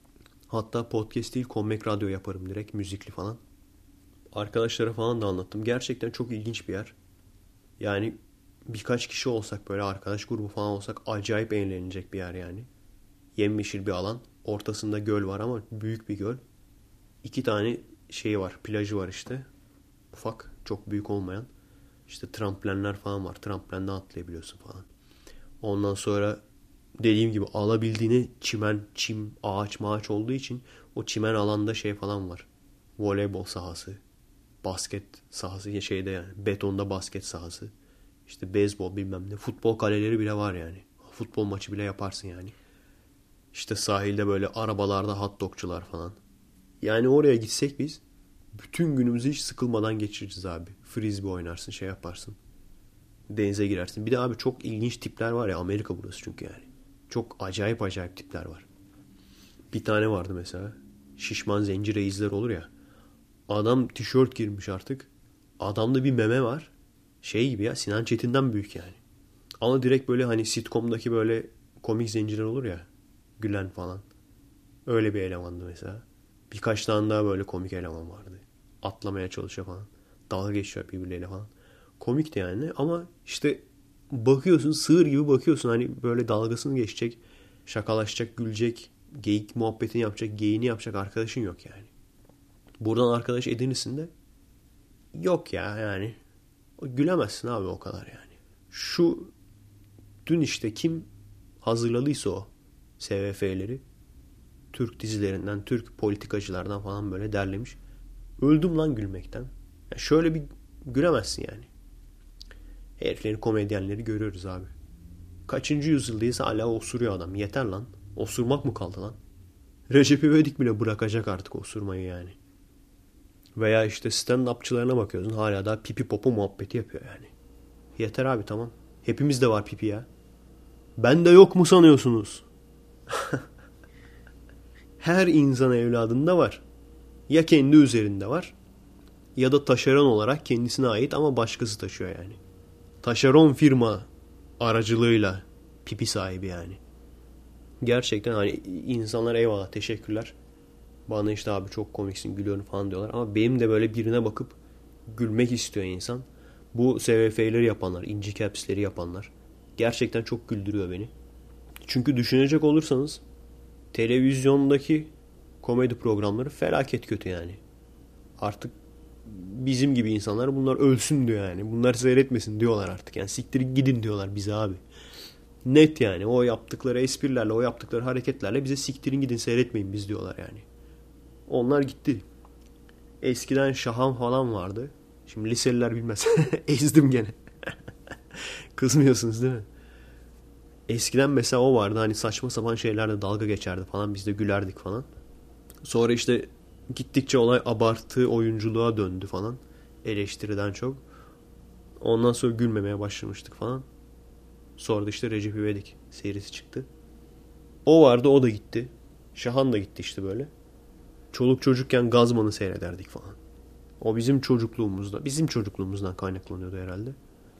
Hatta podcast değil, Kommek Radyo yaparım direkt, müzikli falan. Arkadaşlara falan da anlattım. Gerçekten çok ilginç bir yer. Yani birkaç kişi olsak, böyle arkadaş grubu falan olsak acayip eğlenilecek bir yer yani. Yemyeşil bir alan. Ortasında göl var ama büyük bir göl. İki tane şey var, plajı var işte. Ufak, çok büyük olmayan. İşte tramplenler falan var. Tramplenden atlayabiliyorsun falan. Ondan sonra dediğim gibi alabildiğini çimen, çim, ağaç mağaç olduğu için o çimen alanda şey falan var. Voleybol sahası. Basket sahası şeyde yani. Betonda basket sahası. İşte beyzbol bilmem ne. Futbol kaleleri bile var yani. Futbol maçı bile yaparsın yani. İşte sahilde böyle arabalarda hot dogçular falan. Yani oraya gitsek biz bütün günümüzü hiç sıkılmadan geçireceğiz abi. Frisbee oynarsın, şey yaparsın. Denize girersin. Bir de abi çok ilginç tipler var ya. Amerika burası çünkü yani. Çok acayip acayip tipler var. Bir tane vardı mesela. Şişman zenci reisler olur ya. Adam tişört girmiş artık. Adamda bir meme var. Şey gibi ya, Sinan Çetin'den büyük yani. Ama direkt böyle hani sitcom'daki böyle komik zenciler olur ya. Gülen falan. Öyle bir elemandı mesela. Birkaç tane daha böyle komik eleman vardı. Atlamaya çalışıyor falan. Dalga geçiyor birbirleriyle falan. Komikti yani ama işte bakıyorsun, sığır gibi bakıyorsun, hani böyle dalgasını geçecek, şakalaşacak, gülecek, geyik muhabbetini yapacak, geyini yapacak arkadaşın yok yani. Buradan arkadaş edinirsin de yok ya yani. Gülemezsin abi o kadar yani. Şu dün işte kim hazırladıysa o S V F'leri Türk dizilerinden, Türk politikacılardan falan böyle derlemiş. Öldüm lan gülmekten. Yani şöyle bir gülemezsin yani. Heriflerin, komedyenleri görüyoruz abi. Kaçıncı yüzyıldayız hala osuruyor adam. Yeter lan. Osurmak mı kaldı lan? Recep İvedik bile bırakacak artık osurmayı yani. Veya işte stand-upçılarına bakıyorsun. Hala daha pipi popo muhabbeti yapıyor yani. Yeter abi, tamam. Hepimizde var pipi ya. Bende yok mu sanıyorsunuz? Her insan evladında var. Ya kendi üzerinde var ya da taşeron olarak kendisine ait ama başkası taşıyor yani. Taşeron firma aracılığıyla pipi sahibi yani. Gerçekten hani insanlar eyvallah, teşekkürler. Bana işte abi çok komiksin, gülüyorum falan diyorlar. Ama benim de böyle birine bakıp gülmek istiyor insan. Bu S V F'leri yapanlar, inci caps'leri yapanlar gerçekten çok güldürüyor beni. Çünkü düşünecek olursanız televizyondaki komedi programları felaket kötü yani. Artık bizim gibi insanlar bunlar ölsün diyor yani. Bunlar seyretmesin diyorlar artık. Yani siktir gidin diyorlar bize abi. Net yani. O yaptıkları esprilerle, o yaptıkları hareketlerle bize siktirin gidin seyretmeyin biz diyorlar yani. Onlar gitti. Eskiden Şahan falan vardı. Şimdi liseliler bilmez. Ezdim gene. Kızmıyorsunuz değil mi? Eskiden mesela o vardı. Hani saçma sapan şeylerle dalga geçerdi falan. Biz de gülerdik falan. Sonra işte gittikçe olay abartı oyunculuğa döndü falan. Eleştiriden çok. Ondan sonra gülmemeye başlamıştık falan. Sonra da işte Recep İvedik serisi çıktı. O vardı, o da gitti. Şahan da gitti işte böyle. Çoluk çocukken Gazman'ı seyrederdik falan. O bizim çocukluğumuzda, bizim çocukluğumuzdan kaynaklanıyordu herhalde.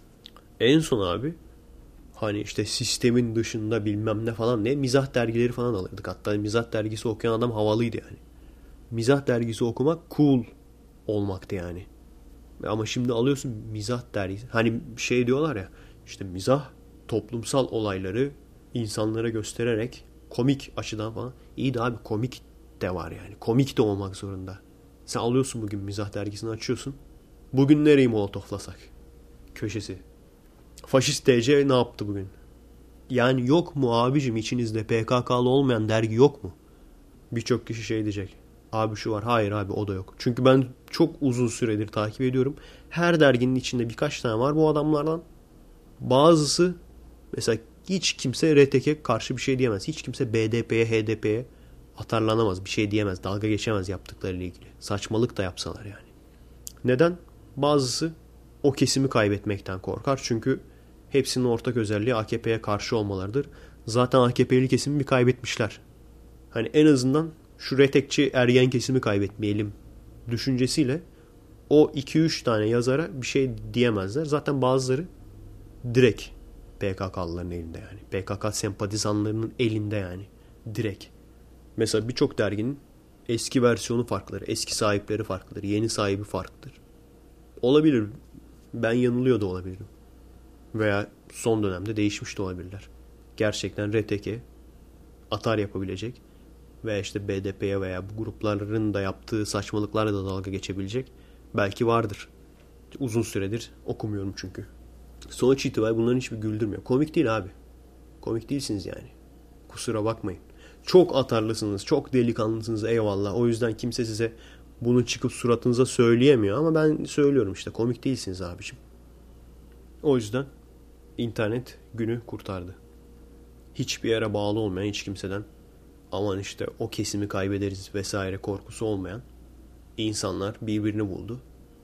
En son abi hani işte sistemin dışında bilmem ne falan ne mizah dergileri falan alırdık. Hatta mizah dergisi okuyan adam havalıydı yani. Mizah dergisi okumak cool olmaktı yani. Ama şimdi alıyorsun mizah dergisi. Hani şey diyorlar ya işte mizah toplumsal olayları insanlara göstererek komik açıdan falan. İyi de abi komik de var yani. Komik de olmak zorunda. Sen alıyorsun bugün mizah dergisini açıyorsun. Bugün nereyi molotoflasak? Köşesi. Faşist T C ne yaptı bugün? Yani yok mu abicim içinizde P K K'lı olmayan dergi yok mu? Birçok kişi şey diyecek. Abi şu var. Hayır abi o da yok. Çünkü ben çok uzun süredir takip ediyorum. Her derginin içinde birkaç tane var bu adamlardan. Bazısı mesela hiç kimse R T K'ye karşı bir şey diyemez. Hiç kimse B D P'ye, H D P'ye atarlanamaz. Bir şey diyemez. Dalga geçemez yaptıklarıyla ilgili. Saçmalık da yapsalar yani. Neden? Bazısı o kesimi kaybetmekten korkar. Çünkü hepsinin ortak özelliği A K P'ye karşı olmalarıdır. Zaten A K P'li kesimi bir kaybetmişler. Hani en azından şu retekçi ergen kesimi kaybetmeyelim düşüncesiyle o iki üç tane yazara bir şey diyemezler. Zaten bazıları direkt P K K'lıların elinde yani. P K K sempatizanlarının elinde yani. Direkt. Mesela birçok derginin eski versiyonu farklıdır. Eski sahipleri farklıdır. Yeni sahibi farklıdır. Olabilir. Ben yanılıyor da olabilirim. Veya son dönemde değişmiş de olabilirler. Gerçekten R T K atar yapabilecek veya işte B D P'ye veya bu grupların da yaptığı saçmalıklarla da dalga geçebilecek belki vardır. Uzun süredir okumuyorum çünkü. Sonuç itibariyle bunların hiçbir güldürmüyor. Komik değil abi. Komik değilsiniz yani. Kusura bakmayın. Çok atarlısınız, çok delikanlısınız eyvallah. O yüzden kimse size bunu çıkıp suratınıza söyleyemiyor ama ben söylüyorum işte komik değilsiniz abiciğim. O yüzden internet günü kurtardı. Hiçbir yere bağlı olmayan hiç kimseden aman işte o kesimi kaybederiz vesaire korkusu olmayan insanlar birbirini buldu.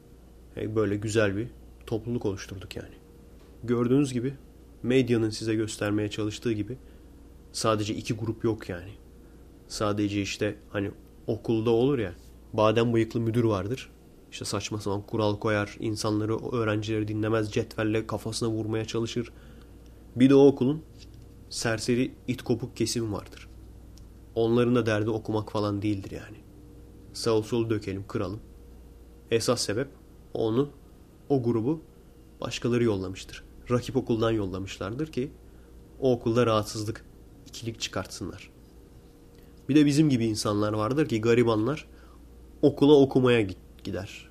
Böyle güzel bir topluluk oluşturduk yani. Gördüğünüz gibi medyanın size göstermeye çalıştığı gibi sadece iki grup yok yani. Sadece işte hani okulda olur ya badem bıyıklı müdür vardır. İşte saçma sapan kural koyar, insanları, öğrencileri dinlemez, cetvelle kafasına vurmaya çalışır. Bir de o okulun serseri it kopuk kesimi vardır. Onların da derdi okumak falan değildir yani. Sağ sol dökelim, kıralım. Esas sebep onu, o grubu başkaları yollamıştır. Rakip okuldan yollamışlardır ki o okulda rahatsızlık, ikilik çıkartsınlar. Bir de bizim gibi insanlar vardır ki garibanlar okula okumaya gider.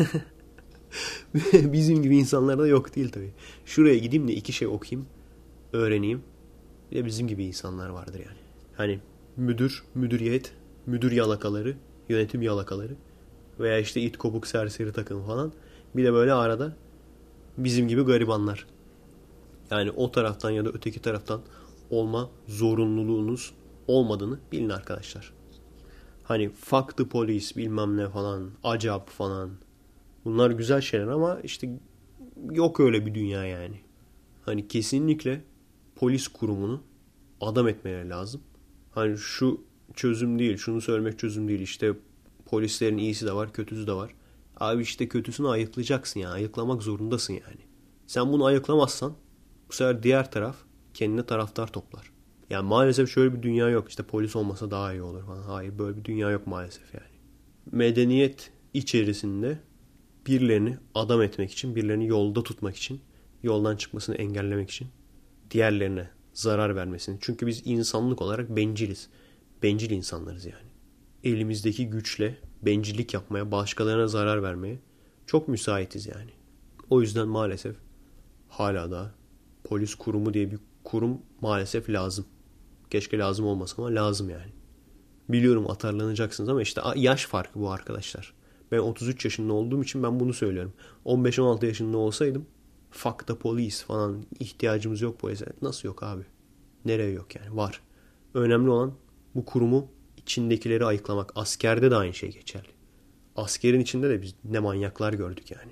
Bizim gibi insanlar da yok değil tabii. Şuraya gideyim de iki şey okuyayım, öğreneyim. Bir de bizim gibi insanlar vardır yani. Hani müdür, müdüriyet, müdür yalakaları, yönetim yalakaları veya işte it kopuk serseri takım falan. Bir de böyle arada bizim gibi garibanlar. Yani o taraftan ya da öteki taraftan olma zorunluluğunuz olmadığını bilin arkadaşlar. Hani fuck the police bilmem ne falan, acap falan. Bunlar güzel şeyler ama işte yok öyle bir dünya yani. Hani kesinlikle polis kurumunu adam etmeleri lazım. Hani şu çözüm değil, şunu söylemek çözüm değil. İşte polislerin iyisi de var, kötüsü de var. Abi işte kötüsünü ayıklayacaksın ya. Ayıklamak zorundasın yani. Sen bunu ayıklamazsan bu sefer diğer taraf kendine taraftar toplar. Yani maalesef şöyle bir dünya yok. İşte polis olmasa daha iyi olur falan. Hayır böyle bir dünya yok maalesef yani. Medeniyet içerisinde birilerini adam etmek için, birilerini yolda tutmak için, yoldan çıkmasını engellemek için diğerlerine zarar vermesini. Çünkü biz insanlık olarak benciliz. Bencil insanlarız yani. Elimizdeki güçle bencillik yapmaya, başkalarına zarar vermeye çok müsaitiz yani. O yüzden maalesef hala da polis kurumu diye bir kurum maalesef lazım. Keşke lazım olmasa ama lazım yani. Biliyorum atarlanacaksınız ama işte yaş farkı bu arkadaşlar. Ben otuz üç yaşında olduğum için ben bunu söylüyorum. on beş on altı yaşında olsaydım fuck the police falan, ihtiyacımız yok polise. Nasıl yok abi? Nereye yok yani? Var. Önemli olan bu kurumu, içindekileri ayıklamak. Askerde de aynı şey geçerli. Askerin içinde de biz ne manyaklar gördük yani.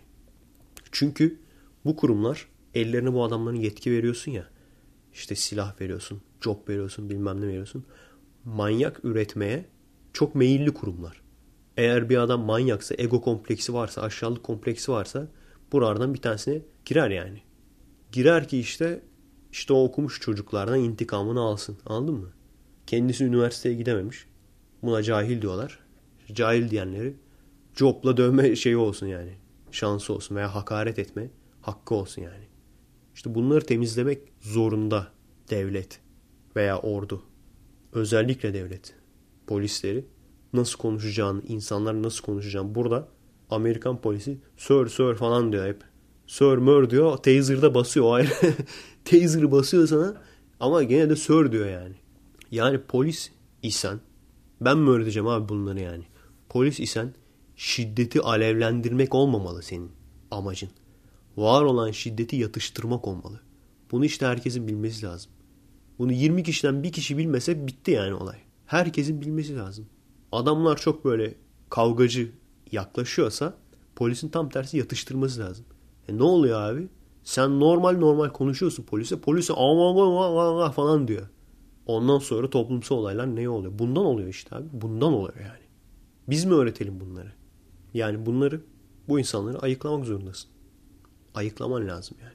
Çünkü bu kurumlar, ellerine bu adamların yetki veriyorsun ya. İşte silah veriyorsun, job veriyorsun, bilmem ne veriyorsun. Manyak üretmeye çok meyilli kurumlar. Eğer bir adam manyaksa, ego kompleksi varsa, aşağılık kompleksi varsa buralardan bir tanesine girer yani. Girer ki işte işte o okumuş çocuklardan intikamını alsın. Anladın mı? Kendisi üniversiteye gidememiş. Buna cahil diyorlar. Cahil diyenleri copla dövme şeyi olsun yani. Şansı olsun veya hakaret etme hakkı olsun yani. İşte bunları temizlemek zorunda devlet veya ordu. Özellikle devlet. Polisleri nasıl konuşacağını, insanlar nasıl konuşacağını. Burada Amerikan polisi sir sir falan diyor hep. Sir mör diyor. Taser'da basıyor. O ayrı. Taser'ı basıyor sana ama gene de sir diyor yani. Yani polis isen, ben mi öğreteceğim abi bunları yani. Polis isen şiddeti alevlendirmek olmamalı senin amacın. Var olan şiddeti yatıştırmak olmalı. Bunu işte herkesin bilmesi lazım. Bunu yirmi kişiden bir kişi bilmese bitti yani olay. Herkesin bilmesi lazım. Adamlar çok böyle kavgacı yaklaşıyorsa polisin tam tersi yatıştırması lazım. E ne oluyor abi? Sen normal normal konuşuyorsun polise. Polise aman falan diyor. Ondan sonra toplumsal olaylar ne oluyor? Bundan oluyor işte abi. Bundan oluyor yani. Biz mi öğretelim bunları? Yani bunları, bu insanları ayıklamak zorundasın. Ayıklaman lazım yani.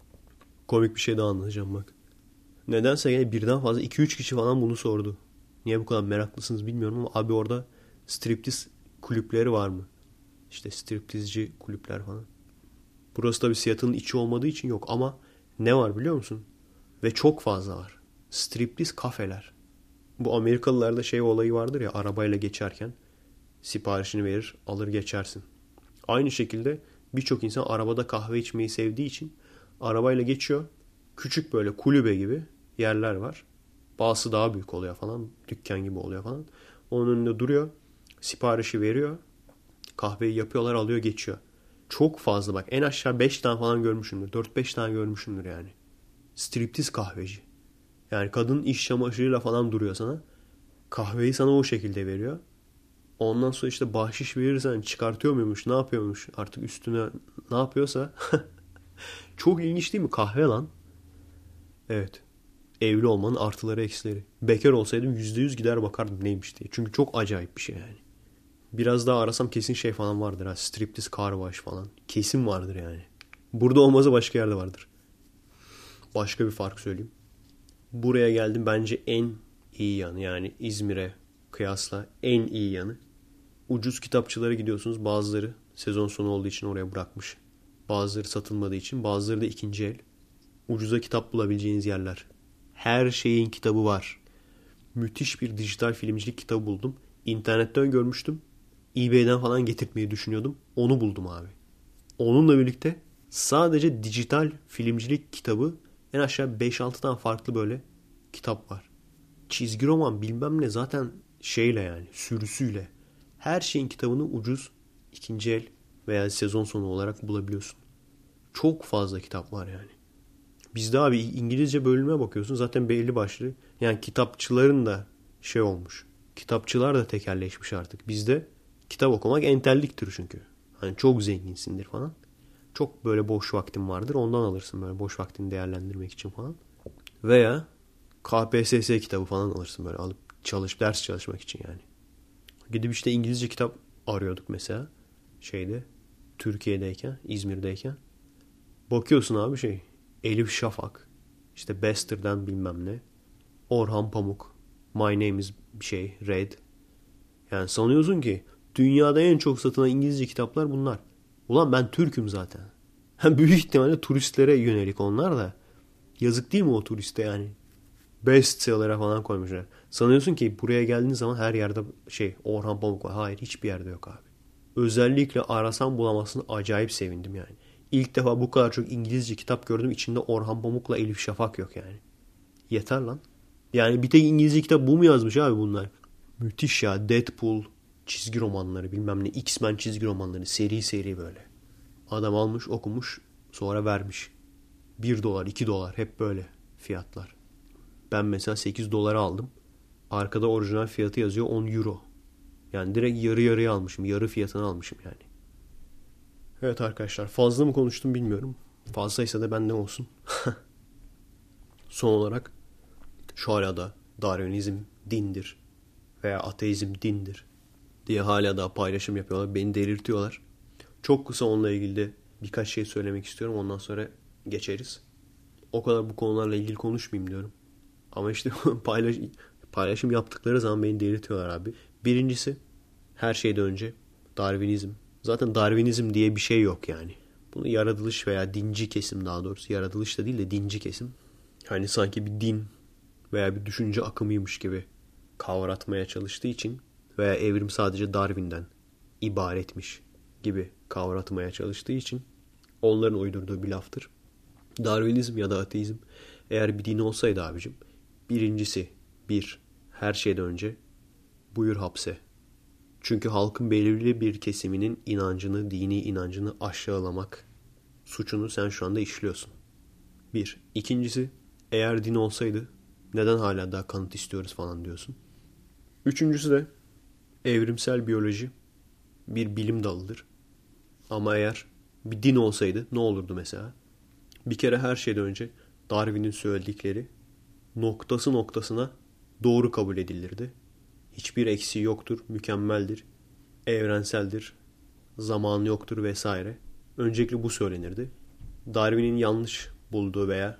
Komik bir şey daha anlatacağım bak. Nedense yine birden fazla iki üç kişi falan bunu sordu. Niye bu kadar meraklısınız bilmiyorum ama abi orada striptiz kulüpleri var mı? İşte striptizci kulüpler falan. Burası tabii Seattle'ın içi olmadığı için yok ama ne var biliyor musun? Ve çok fazla var. Striptiz kafeler. Bu Amerikalılarda şey olayı vardır ya, arabayla geçerken siparişini verir, alır geçersin. Aynı şekilde birçok insan arabada kahve içmeyi sevdiği için arabayla geçiyor. Küçük böyle kulübe gibi yerler var. Bazısı daha büyük oluyor falan. Dükkan gibi oluyor falan. Onun önünde duruyor. Siparişi veriyor. Kahveyi yapıyorlar, alıyor, geçiyor. Çok fazla bak. En aşağı beş tane falan görmüşümdür. dört beş tane görmüşümdür yani. Striptiz kahveci. Yani kadın iş çamaşırıyla falan duruyor sana. Kahveyi sana o şekilde veriyor. Ondan sonra işte bahşiş verirsen çıkartıyor muymuş, ne yapıyormuş artık üstüne ne yapıyorsa. Çok ilginç değil mi? Kahve lan. Evet. Evli olmanın artıları eksileri. Bekar olsaydım yüzde yüz gider bakardım neymiş diye. Çünkü çok acayip bir şey yani. Biraz daha arasam kesin şey falan vardır. Ha. Striptiz car wash falan. Kesin vardır yani. Burada olmazsa başka yerde vardır. Başka bir fark söyleyeyim. Buraya geldim, bence en iyi yanı, yani İzmir'e kıyasla en iyi yanı. Ucuz kitapçılara gidiyorsunuz. Bazıları sezon sonu olduğu için oraya bırakmış. Bazıları satılmadığı için. Bazıları da ikinci el. Ucuza kitap bulabileceğiniz yerler. Her şeyin kitabı var. Müthiş bir dijital filmcilik kitabı buldum. İnternetten görmüştüm. eBay'den falan getirtmeyi düşünüyordum. Onu buldum abi. Onunla birlikte sadece dijital filmcilik kitabı en aşağı beş altı tane farklı böyle kitap var. Çizgi roman bilmem ne zaten şeyle yani sürüsüyle. Her şeyin kitabını ucuz ikinci el veya sezon sonu olarak bulabiliyorsun. Çok fazla kitap var yani. Bizde abi İngilizce bölüme bakıyorsun zaten belli başlı. Yani kitapçıların da şey olmuş. Kitapçılar da tekelleşmiş artık. Bizde kitap okumak entelliktir çünkü. Hani çok zenginsindir falan. Çok böyle boş vaktin vardır. Ondan alırsın böyle boş vaktini değerlendirmek için falan. Veya K P S S kitabı falan alırsın böyle alıp çalış, ders çalışmak için yani. Gidip işte İngilizce kitap arıyorduk mesela. Şeyde Türkiye'deyken, İzmir'deyken. Bakıyorsun abi şey Elif Şafak, işte Bester'dan bilmem ne, Orhan Pamuk, My Name is bir şey, Red. Yani sanıyorsun ki dünyada en çok satılan İngilizce kitaplar bunlar. Ulan ben Türk'üm zaten. Büyük ihtimalle turistlere yönelik onlar da. Yazık değil mi o turiste yani? Bestseller'a falan koymuşlar. Sanıyorsun ki buraya geldiğin zaman her yerde şey Orhan Pamuk var. Hayır, hiçbir yerde yok abi. Özellikle arasam bulamazsın, acayip sevindim yani. İlk defa bu kadar çok İngilizce kitap gördüm. İçinde Orhan Pamuk'la Elif Şafak yok yani. Yeter lan. Yani bir tek İngilizce kitap bu mu yazmış abi bunlar? Müthiş ya. Deadpool çizgi romanları bilmem ne. X-Men çizgi romanları seri seri böyle. Adam almış okumuş sonra vermiş. bir dolar iki dolar hep böyle fiyatlar. Ben mesela sekiz dolara aldım. Arkada orijinal fiyatı yazıyor on euro. Yani direkt yarı yarıya almışım. Yarı fiyatını almışım yani. Evet arkadaşlar fazla mı konuştum bilmiyorum. Fazlaysa da benden olsun. Son olarak şu hala da Darwinizm dindir veya ateizm dindir diye hala daha paylaşım yapıyorlar. Beni delirtiyorlar. Çok kısa onunla ilgili de birkaç şey söylemek istiyorum. Ondan sonra geçeriz. O kadar bu konularla ilgili konuşmayayım diyorum. Ama işte paylaş, paylaşım yaptıkları zaman beni delirtiyorlar abi. Birincisi her şeyden önce Darwinizm. Zaten Darwinizm diye bir şey yok yani. Bunu yaratılış veya dinci kesim daha doğrusu. Yaratılış da değil de dinci kesim. Hani sanki bir din veya bir düşünce akımıymış gibi kavratmaya çalıştığı için veya evrim sadece Darwin'den ibaretmiş gibi kavratmaya çalıştığı için onların uydurduğu bir laftır. Darwinizm ya da ateizm eğer bir din olsaydı abicim birincisi bir her şeyden önce buyur hapse. Çünkü halkın belirli bir kesiminin inancını, dini inancını aşağılamak suçunu sen şu anda işliyorsun. Bir. İkincisi eğer din olsaydı neden hala daha kanıt istiyoruz falan diyorsun. Üçüncüsü de evrimsel biyoloji bir bilim dalıdır. Ama eğer bir din olsaydı ne olurdu mesela? Bir kere her şeyden önce Darwin'in söyledikleri noktası noktasına doğru kabul edilirdi. Hiçbir eksiği yoktur, mükemmeldir, evrenseldir, zamanı yoktur vesaire. Öncelikle bu söylenirdi. Darwin'in yanlış bulduğu veya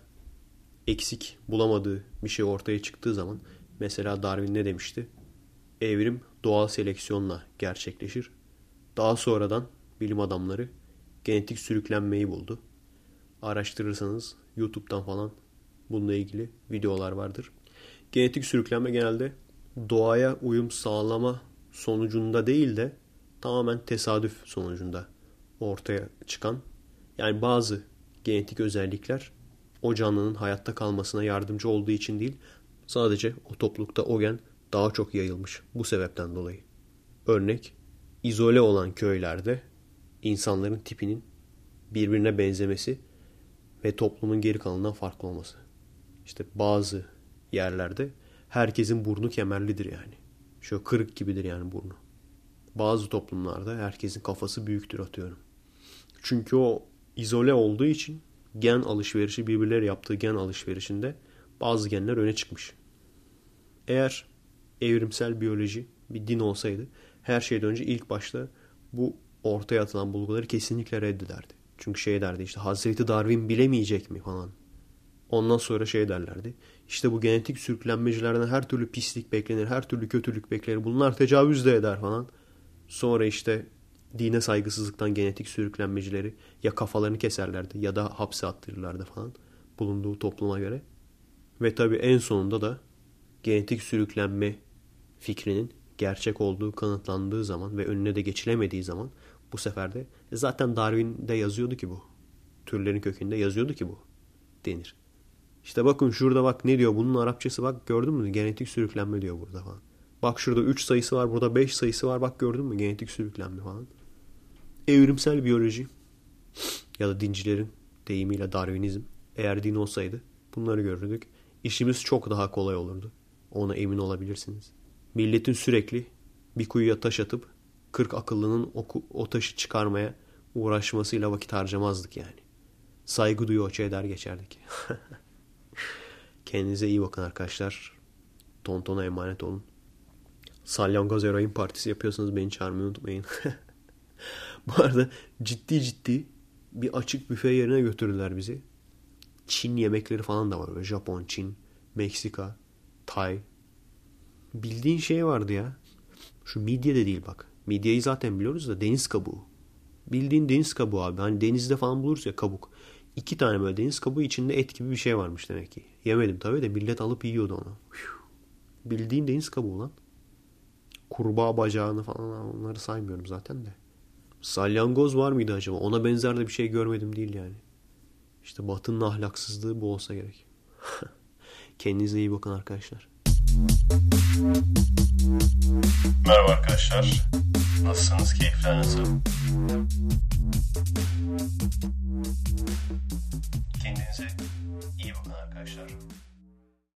eksik bulamadığı bir şey ortaya çıktığı zaman mesela Darwin ne demişti? Evrim doğal seleksiyonla gerçekleşir. Daha sonradan bilim adamları genetik sürüklenmeyi buldu. Araştırırsanız YouTube'dan falan bununla ilgili videolar vardır. Genetik sürüklenme genelde doğaya uyum sağlama sonucunda değil de tamamen tesadüf sonucunda ortaya çıkan, yani bazı genetik özellikler o canlının hayatta kalmasına yardımcı olduğu için değil, sadece o toplulukta o gen daha çok yayılmış bu sebepten dolayı. Örnek, izole olan köylerde insanların tipinin birbirine benzemesi ve toplumun geri kalanından farklı olması. İşte bazı yerlerde herkesin burnu kemerlidir yani. Şöyle kırık gibidir yani burnu. Bazı toplumlarda herkesin kafası büyüktür atıyorum. Çünkü o izole olduğu için gen alışverişi, birbirleri yaptığı gen alışverişinde bazı genler öne çıkmış. Eğer evrimsel biyoloji bir din olsaydı her şeyden önce ilk başta bu ortaya atılan bulguları kesinlikle reddederdi. Çünkü şey derdi işte Hazreti Darwin bilemeyecek mi falan. Ondan sonra şey derlerdi. İşte bu genetik sürüklenmecilerden her türlü pislik beklenir, her türlü kötülük beklenir. Bunlar tecavüz de eder falan. Sonra işte dine saygısızlıktan genetik sürüklenmecileri ya kafalarını keserlerdi ya da hapse attırırlardı falan bulunduğu topluma göre. Ve tabii en sonunda da genetik sürüklenme fikrinin gerçek olduğu kanıtlandığı zaman ve önüne de geçilemediği zaman bu sefer de zaten Darwin'de yazıyordu ki bu. Türlerin kökünde yazıyordu ki bu denir. İşte bakın şurada bak ne diyor bunun Arapçası bak gördün mü genetik sürüklenme diyor burada falan. Bak şurada üç sayısı var burada beş sayısı var bak gördün mü genetik sürüklenme falan. Evrimsel biyoloji ya da dincilerin deyimiyle Darwinizm eğer din olsaydı bunları görürdük. İşimiz çok daha kolay olurdu. Ona emin olabilirsiniz. Milletin sürekli bir kuyuya taş atıp kırk akıllının o, o taşı çıkarmaya uğraşmasıyla vakit harcamazdık yani. Saygı duyuyor eder geçerdik. Kendinize iyi bakın arkadaşlar. Tontona emanet olun. Salyangoz Eroin Partisi yapıyorsanız beni çağırmayı unutmayın. Bu arada ciddi ciddi bir açık büfe yerine götürdüler bizi. Çin yemekleri falan da var. Böyle Japon, Çin, Meksika, Tay. Bildiğin şey vardı ya. Şu midye de değil bak. Midyeyi zaten biliyoruz da deniz kabuğu. Bildiğin deniz kabuğu abi. Hani denizde falan buluruz ya kabuk. İki tane böyle deniz kabuğu içinde et gibi bir şey varmış demek ki. Yemedim tabii de millet alıp yiyordu onu. Bildiğin deniz kabuğu lan. Kurbağa bacağını falan onları saymıyorum zaten de. Salyangoz var mıydı acaba? Ona benzer de bir şey görmedim değil yani. İşte Batı'nın ahlaksızlığı bu olsa gerek. Kendinize iyi bakın arkadaşlar. Merhaba arkadaşlar. Nasılsınız? Keyifler nasıl? Kendinize iyi bakın arkadaşlar.